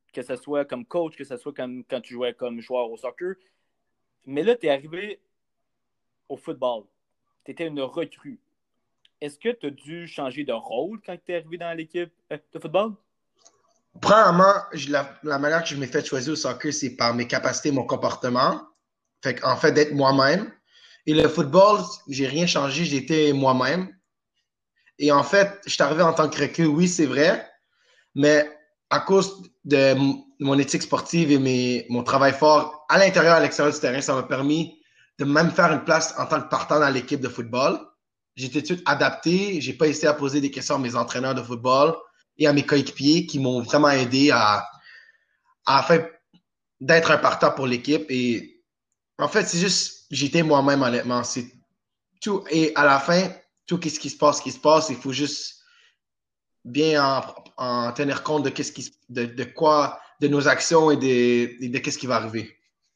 [SPEAKER 3] que ce soit comme coach, que ce soit comme quand tu jouais comme joueur au soccer. Mais là, tu es arrivé au football. Tu étais une recrue. Est-ce que tu as dû changer de rôle quand tu es arrivé dans l'équipe de football?
[SPEAKER 7] Premièrement, la manière que je m'ai fait choisir au soccer, c'est par mes capacités, mon comportement. Fait en fait, d'être moi-même. Et le football, j'ai rien changé, j'étais moi-même. Et en fait, je suis arrivé en tant que recrue, oui, c'est vrai, mais à cause de mon éthique sportive et mon travail fort à l'intérieur et à l'extérieur du terrain, ça m'a permis de même faire une place en tant que partant dans l'équipe de football. J'étais tout de suite adapté, j'ai pas hésité à poser des questions à mes entraîneurs de football et à mes coéquipiers qui m'ont vraiment aidé à faire d'être un partant pour l'équipe. Et en fait, c'est juste, j'étais moi-même, honnêtement. C'est tout. Et à la fin, tout ce qui se passe, il faut juste bien en tenir compte de nos actions et de qu'est-ce qui va arriver.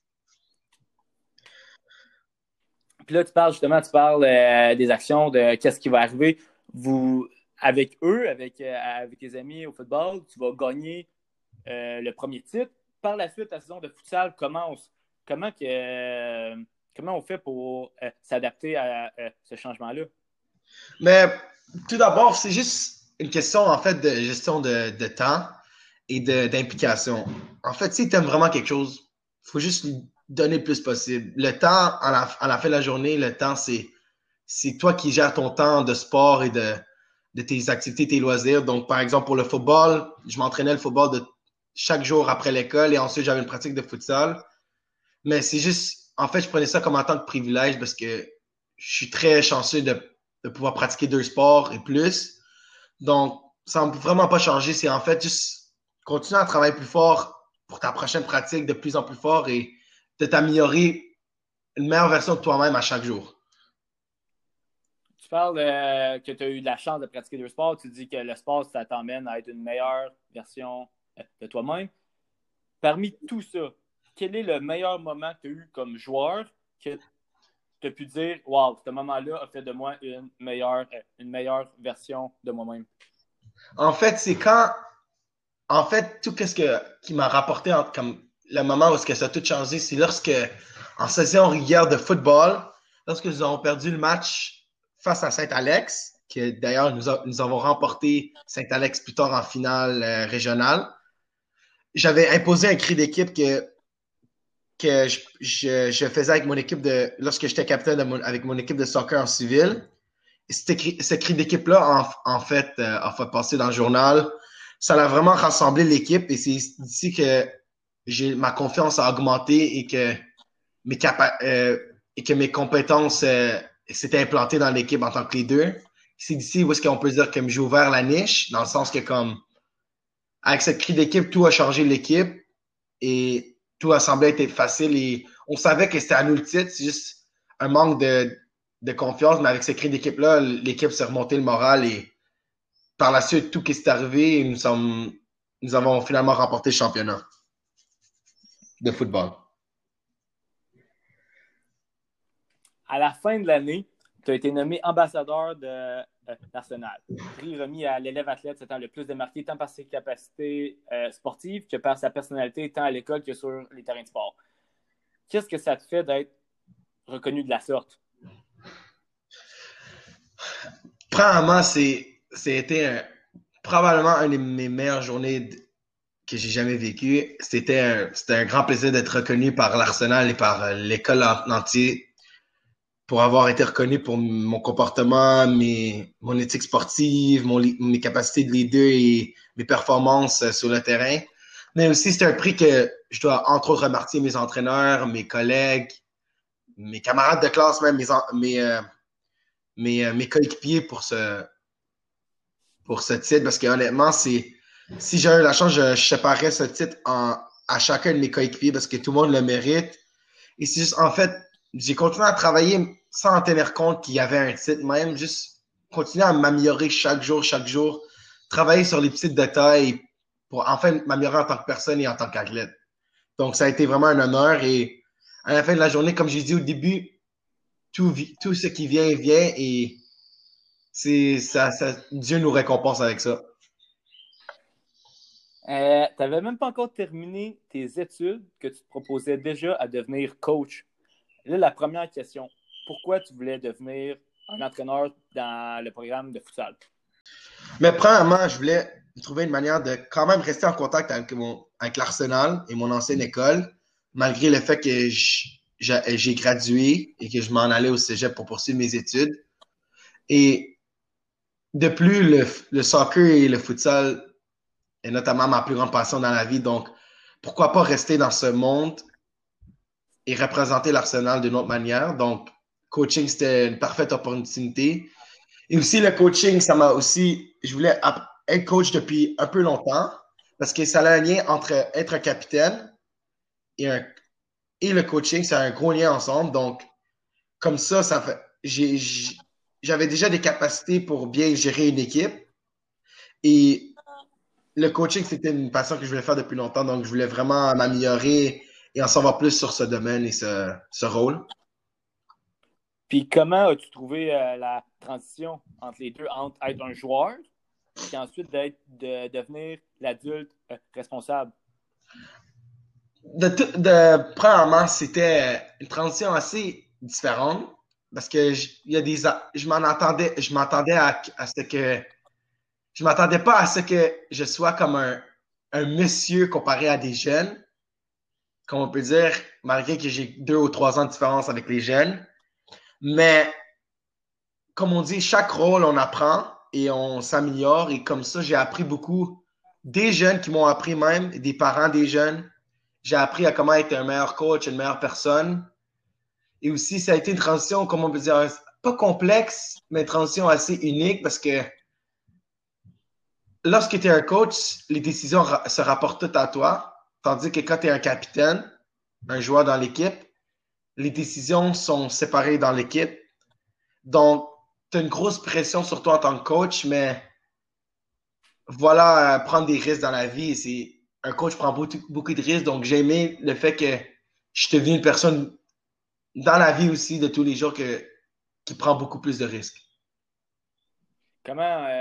[SPEAKER 3] Puis là, tu parles des actions, de qu'est-ce qui va arriver. Avec eux, avec tes amis au football, tu vas gagner le premier titre. Par la suite, la saison de futsal commence. Comment on fait pour s'adapter à ce changement-là?
[SPEAKER 7] Mais tout d'abord, c'est juste une question en fait de gestion de temps et d'implication. En fait, si tu aimes vraiment quelque chose, il faut juste lui donner le plus possible. Le temps, à la fin de la journée, le temps, c'est toi qui gères ton temps de sport et de tes activités, tes loisirs. Donc, par exemple, pour le football, je m'entraînais le football chaque jour après l'école et ensuite j'avais une pratique de futsal. Mais c'est juste, en fait, je prenais ça comme en tant que privilège parce que je suis très chanceux de pouvoir pratiquer 2 sports et plus. Donc, ça ne peut vraiment pas changer. C'est en fait juste continuer à travailler plus fort pour ta prochaine pratique de plus en plus fort et de t'améliorer une meilleure version de toi-même à chaque jour.
[SPEAKER 3] Tu parles que tu as eu de la chance de pratiquer 2 sports. Tu dis que le sport, ça t'emmène à être une meilleure version de toi-même. Parmi tout ça, quel est le meilleur moment que tu as eu comme joueur que tu as pu dire « Wow, ce moment-là a fait de moi une meilleure version de moi-même ».
[SPEAKER 7] En fait, c'est quand... En fait, tout ce qui m'a rapporté comme le moment où ça a tout changé, c'est lorsque, en saison régulière de football, lorsque nous avons perdu le match face à Saint-Alex, que d'ailleurs nous avons remporté Saint-Alex plus tard en finale régionale, j'avais imposé un cri d'équipe que je faisais avec mon équipe lorsque j'étais capitaine avec mon équipe de soccer en civil. Et ce cri d'équipe-là, en fait, a fait passer dans le journal. Ça a vraiment rassemblé l'équipe et c'est ici que ma confiance a augmenté et que mes compétences s'étaient implantées dans l'équipe en tant que leader. C'est d'ici où est-ce qu'on peut dire que j'ai ouvert la niche, dans le sens que comme avec cette cri d'équipe, tout a changé l'équipe et tout a semblé être facile et on savait que c'était à nous le titre, c'est juste un manque de confiance, mais avec ce cri d'équipe-là, l'équipe s'est remontée le moral et par la suite, tout ce qui est arrivé, et nous avons finalement remporté le championnat de football.
[SPEAKER 3] À la fin de l'année, tu as été nommé ambassadeur de l'Arsenal. Prix remis à l'élève athlète s'étant le plus démarqué tant par ses capacités sportives que par sa personnalité tant à l'école que sur les terrains de sport. Qu'est-ce que ça te fait d'être reconnu de la sorte?
[SPEAKER 7] Premièrement, c'était probablement une de mes meilleures journées que j'ai jamais vécues. C'était un grand plaisir d'être reconnu par l'Arsenal et par l'école entière pour avoir été reconnu pour mon comportement, mon éthique sportive, mes capacités de leader et mes performances sur le terrain. Mais aussi, c'est un prix que je dois entre autres remercier mes entraîneurs, mes collègues, mes camarades de classe, même mes coéquipiers pour ce titre, parce que honnêtement, si j'avais eu la chance, je séparerais ce titre à chacun de mes coéquipiers parce que tout le monde le mérite. Et c'est juste, en fait, j'ai continué à travailler sans en tenir compte qu'il y avait un titre, même juste continuer à m'améliorer chaque jour, travailler sur les petits détails pour enfin m'améliorer en tant que personne et en tant qu'athlète. Donc, ça a été vraiment un honneur et à la fin de la journée, comme j'ai dit au début, tout ce qui vient et Dieu nous récompense avec ça.
[SPEAKER 3] T'avais même pas encore terminé tes études que tu te proposais déjà à devenir coach. Là, la première question, pourquoi tu voulais devenir un entraîneur dans le programme de futsal?
[SPEAKER 7] Mais premièrement, je voulais trouver une manière de quand même rester en contact avec l'Arsenal et mon ancienne école, malgré le fait que j'ai gradué et que je m'en allais au cégep pour poursuivre mes études. Et de plus, le soccer et le futsal est notamment ma plus grande passion dans la vie. Donc, pourquoi pas rester dans ce monde et représenter l'Arsenal d'une autre manière. Donc, coaching, c'était une parfaite opportunité. Et aussi, le coaching, ça m'a aussi... Je voulais être coach depuis un peu longtemps parce que ça a un lien entre être un capitaine et, et le coaching, c'est un gros lien ensemble. Donc, comme ça fait... J'avais déjà des capacités pour bien gérer une équipe. Et le coaching, c'était une passion que je voulais faire depuis longtemps. Donc, je voulais vraiment m'améliorer et en savoir plus sur ce domaine et ce rôle.
[SPEAKER 3] Puis comment as-tu trouvé la transition entre les deux, entre être un joueur et ensuite de devenir l'adulte responsable?
[SPEAKER 7] Premièrement, c'était une transition assez différente parce que je m'attendais à ce que je m'attendais pas à ce que je sois comme un monsieur comparé à des jeunes, comme on peut dire, malgré que j'ai 2 ou 3 ans de différence avec les jeunes. Mais, comme on dit, chaque rôle, on apprend et on s'améliore. Et comme ça, j'ai appris beaucoup des jeunes qui m'ont appris même, des parents des jeunes. J'ai appris à comment être un meilleur coach, une meilleure personne. Et aussi, ça a été une transition, comme on peut dire, pas complexe, mais une transition assez unique parce que lorsque tu es un coach, les décisions se rapportent toutes à toi. Tandis que quand tu es un capitaine, un joueur dans l'équipe, les décisions sont séparées dans l'équipe. Donc, tu as une grosse pression sur toi en tant que coach, mais voilà, prendre des risques dans la vie. Un coach prend beaucoup de risques. Donc, j'ai aimé le fait que je suis devenu une personne dans la vie aussi de tous les jours qui prend beaucoup plus de risques.
[SPEAKER 3] Comment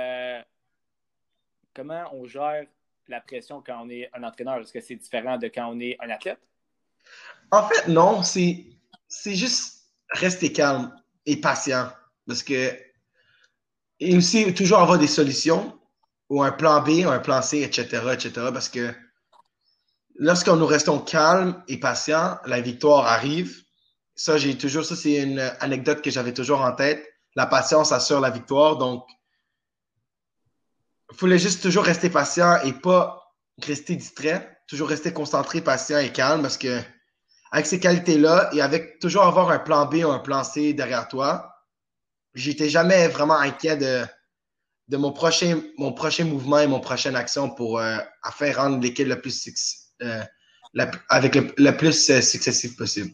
[SPEAKER 3] on gère la pression quand on est un entraîneur? Est-ce que c'est différent de quand on est un athlète?
[SPEAKER 7] En fait, non. C'est juste rester calme et patient. Parce que, et aussi, toujours avoir des solutions, ou un plan B, ou un plan C, etc., etc. Parce que lorsque nous restons calmes et patients, la victoire arrive. Ça, c'est une anecdote que j'avais toujours en tête. La patience assure la victoire. Donc, il fallait juste toujours rester patient et pas rester distrait. Toujours rester concentré, patient et calme parce que avec ces qualités-là et avec toujours avoir un plan B ou un plan C derrière toi, j'étais jamais vraiment inquiet de mon prochain mouvement et mon prochaine action pour afin rendre l'équipe le plus successif possible.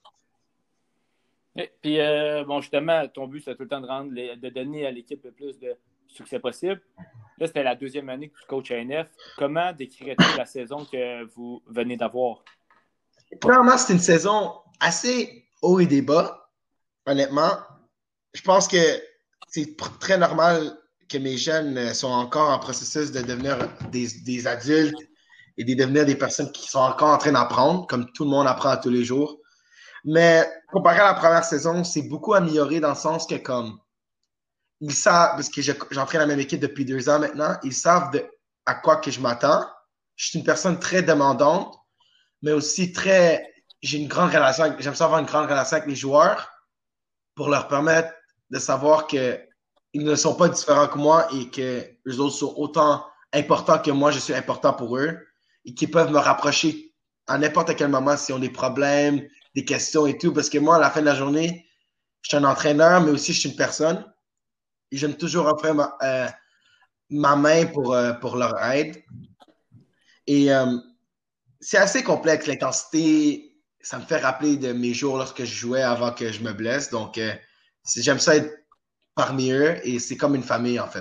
[SPEAKER 3] Et puis, bon, justement, ton but, c'est tout le temps de donner à l'équipe le plus de succès possible. Là, c'était la 2e année que tu coaches à NF. Comment décrirais-tu la saison que vous venez d'avoir?
[SPEAKER 7] Premièrement, c'est une saison assez haut et des bas, honnêtement. Je pense que c'est très normal que mes jeunes sont encore en processus de devenir des adultes et de devenir des personnes qui sont encore en train d'apprendre, comme tout le monde apprend tous les jours. Mais comparé à la première saison, c'est beaucoup amélioré dans le sens que comme ils savent, parce que j'entraîne la même équipe depuis 2 ans maintenant, ils savent à quoi que je m'attends. Je suis une personne très demandante, mais aussi j'ai une grande relation, j'aime ça avoir une grande relation avec les joueurs pour leur permettre de savoir qu'ils ne sont pas différents que moi et que les autres sont autant importants que moi, je suis important pour eux et qu'ils peuvent me rapprocher à n'importe quel moment s'ils ont des problèmes, des questions et tout. Parce que moi, à la fin de la journée, je suis un entraîneur, mais aussi je suis une personne. Et j'aime toujours offrir ma main pour leur aide. Et c'est assez complexe, l'intensité. Ça me fait rappeler de mes jours lorsque je jouais avant que je me blesse. Donc, j'aime ça être parmi eux et c'est comme une famille, en fait.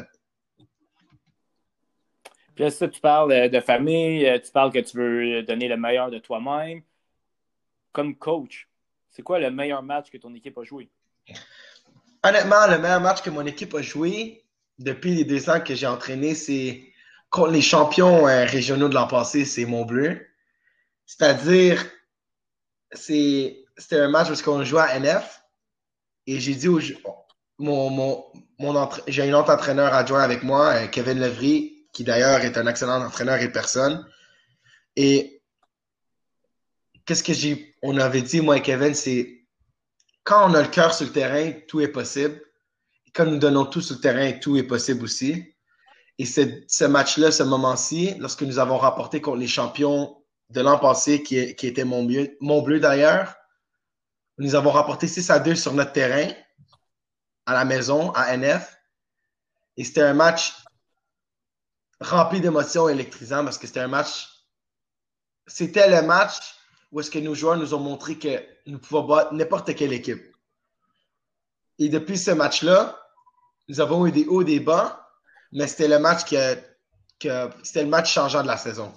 [SPEAKER 3] Puis là, ça, tu parles de famille, tu parles que tu veux donner le meilleur de toi-même. Comme coach, c'est quoi le meilleur match que ton équipe a joué?
[SPEAKER 7] Honnêtement, le meilleur match que mon équipe a joué depuis les 2 ans que j'ai entraîné, c'est contre les champions régionaux de l'an passé, c'est Montbleu. C'est-à-dire, c'était un match parce qu'on jouait à NF et j'ai dit j'ai un autre entraîneur adjoint avec moi, Kevin Levry, qui d'ailleurs est un excellent entraîneur et personne. Et qu'est-ce que on avait dit, moi et Kevin, c'est quand on a le cœur sur le terrain, tout est possible. Et quand nous donnons tout sur le terrain, tout est possible aussi. Et ce match-là, ce moment-ci, lorsque nous avons rapporté contre les champions de l'an passé, qui était Montbleu d'ailleurs, nous avons rapporté 6-2 sur notre terrain, à la maison, à NF. Et c'était un match rempli d'émotions électrisants parce que c'était le match où est-ce que nos joueurs nous ont montré que nous pouvons battre n'importe quelle équipe. Et depuis ce match-là, nous avons eu des hauts et des bas, mais c'était le match c'était le match changeant de la saison.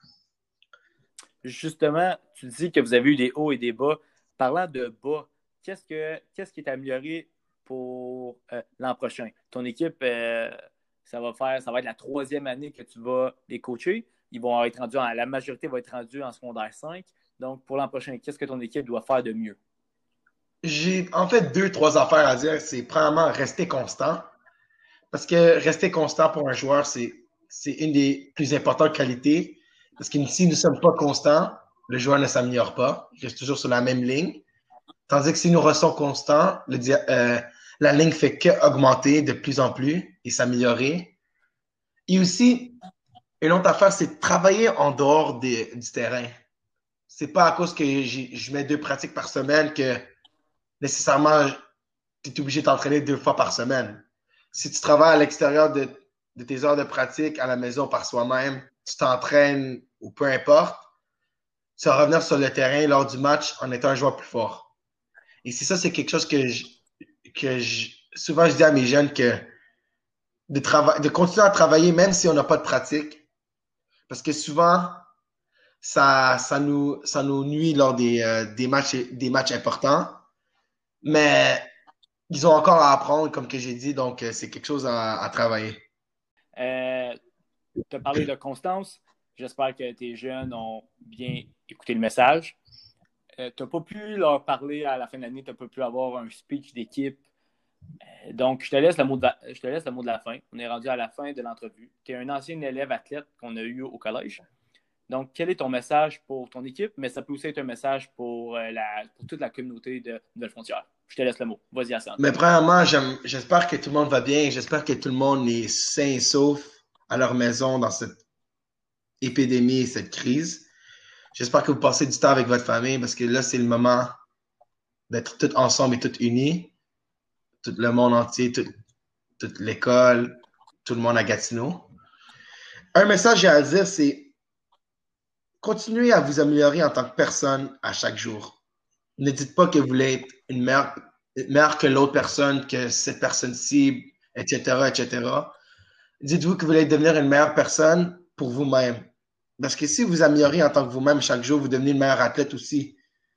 [SPEAKER 3] Justement, tu dis que vous avez eu des hauts et des bas. Parlant de bas, qu'est-ce qui est amélioré pour l'an prochain? Ton équipe, ça va être la 3e année que tu vas les coacher. Ils vont être rendus, la majorité va être rendue en secondaire 5. Donc, pour l'an prochain, qu'est-ce que ton équipe doit faire de mieux?
[SPEAKER 7] J'ai en fait 2-3 affaires à dire. C'est premièrement rester constant. Parce que rester constant pour un joueur, c'est une des plus importantes qualités. Parce que si nous ne sommes pas constants, le joueur ne s'améliore pas. Il reste toujours sur la même ligne. Tandis que si nous restons constants, la ligne fait qu'augmenter de plus en plus et s'améliorer. Et aussi, une autre affaire, c'est de travailler en dehors du terrain. C'est pas à cause que je mets 2 pratiques par semaine que nécessairement tu es obligé de t'entraîner 2 fois par semaine. Si tu travailles à l'extérieur de tes heures de pratique à la maison par soi-même, tu t'entraînes ou peu importe, tu vas revenir sur le terrain lors du match en étant un joueur plus fort. Et c'est quelque chose que souvent je dis à mes jeunes que de continuer à travailler même si on n'a pas de pratique. Parce que souvent, ça nous nuit lors des matchs importants. Mais ils ont encore à apprendre, comme que j'ai dit, donc c'est quelque chose à travailler.
[SPEAKER 3] Tu as parlé de constance. J'espère que tes jeunes ont bien écouté le message. Tu n'as pas pu leur parler à la fin de l'année, tu n'as pas pu avoir un speech d'équipe. Donc, je te laisse le mot de la fin. On est rendu à la fin de l'entrevue. Tu es un ancien élève athlète qu'on a eu au collège. Donc, quel est ton message pour ton équipe, mais ça peut aussi être un message pour toute la communauté de Nouvelle-Frontière. Je te laisse le mot. Vas-y, Hassan.
[SPEAKER 7] Mais premièrement, j'espère que tout le monde va bien. J'espère que tout le monde est sain et sauf à leur maison dans cette épidémie et cette crise. J'espère que vous passez du temps avec votre famille parce que là, c'est le moment d'être tous ensemble et tous unis. Tout le monde entier, toute l'école, tout le monde à Gatineau. Un message que j'ai à dire, c'est continuez à vous améliorer en tant que personne à chaque jour. Ne dites pas que vous voulez être une meilleure que l'autre personne, que cette personne-ci, etc., etc. Dites-vous que vous voulez devenir une meilleure personne pour vous-même. Parce que si vous améliorez en tant que vous-même chaque jour, vous devenez une meilleure athlète aussi.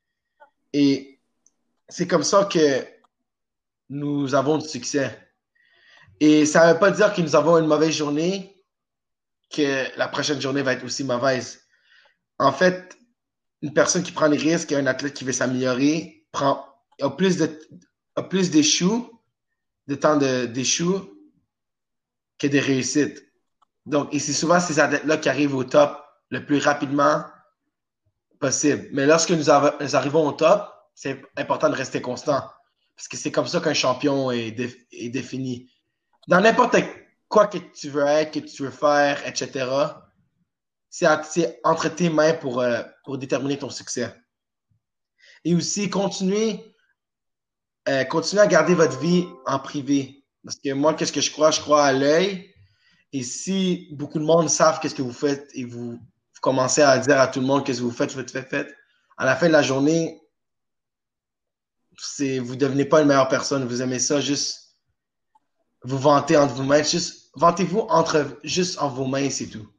[SPEAKER 7] Et c'est comme ça que nous avons du succès. Et ça ne veut pas dire que nous avons une mauvaise journée, que la prochaine journée va être aussi mauvaise. En fait, une personne qui prend des risques, un athlète qui veut s'améliorer, a plus d'échoues, de temps d'échoues que de réussites. Donc, et c'est souvent ces athlètes-là qui arrivent au top le plus rapidement possible. Mais lorsque nous arrivons au top, c'est important de rester constant. Parce que c'est comme ça qu'un champion est défini. Dans n'importe quoi que tu veux être, que tu veux faire, etc., c'est entre tes mains pour déterminer ton succès. Et aussi, continuez à garder votre vie en privé. Parce que moi, qu'est-ce que je crois? Je crois à l'œil. Et si beaucoup de monde savent qu'est-ce que vous faites et vous commencez à dire à tout le monde qu'est-ce que vous faites, à la fin de la journée, vous ne devenez pas une meilleure personne. Vous aimez ça juste vous vanter entre vous-mêmes. Juste vantez-vous juste en vos mains, c'est tout.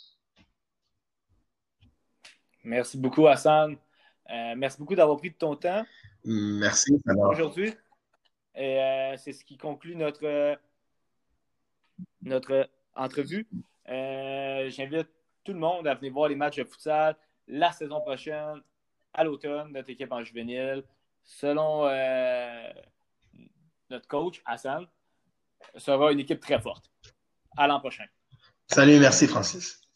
[SPEAKER 3] Merci beaucoup, Hassan. Merci beaucoup d'avoir pris de ton temps.
[SPEAKER 7] Merci.
[SPEAKER 3] Aujourd'hui. Et c'est ce qui conclut notre entrevue. J'invite tout le monde à venir voir les matchs de futsal la saison prochaine, à l'automne, notre équipe en juvénile. Selon notre coach, Hassan, sera une équipe très forte. À l'an prochain.
[SPEAKER 7] Salut, merci Francis.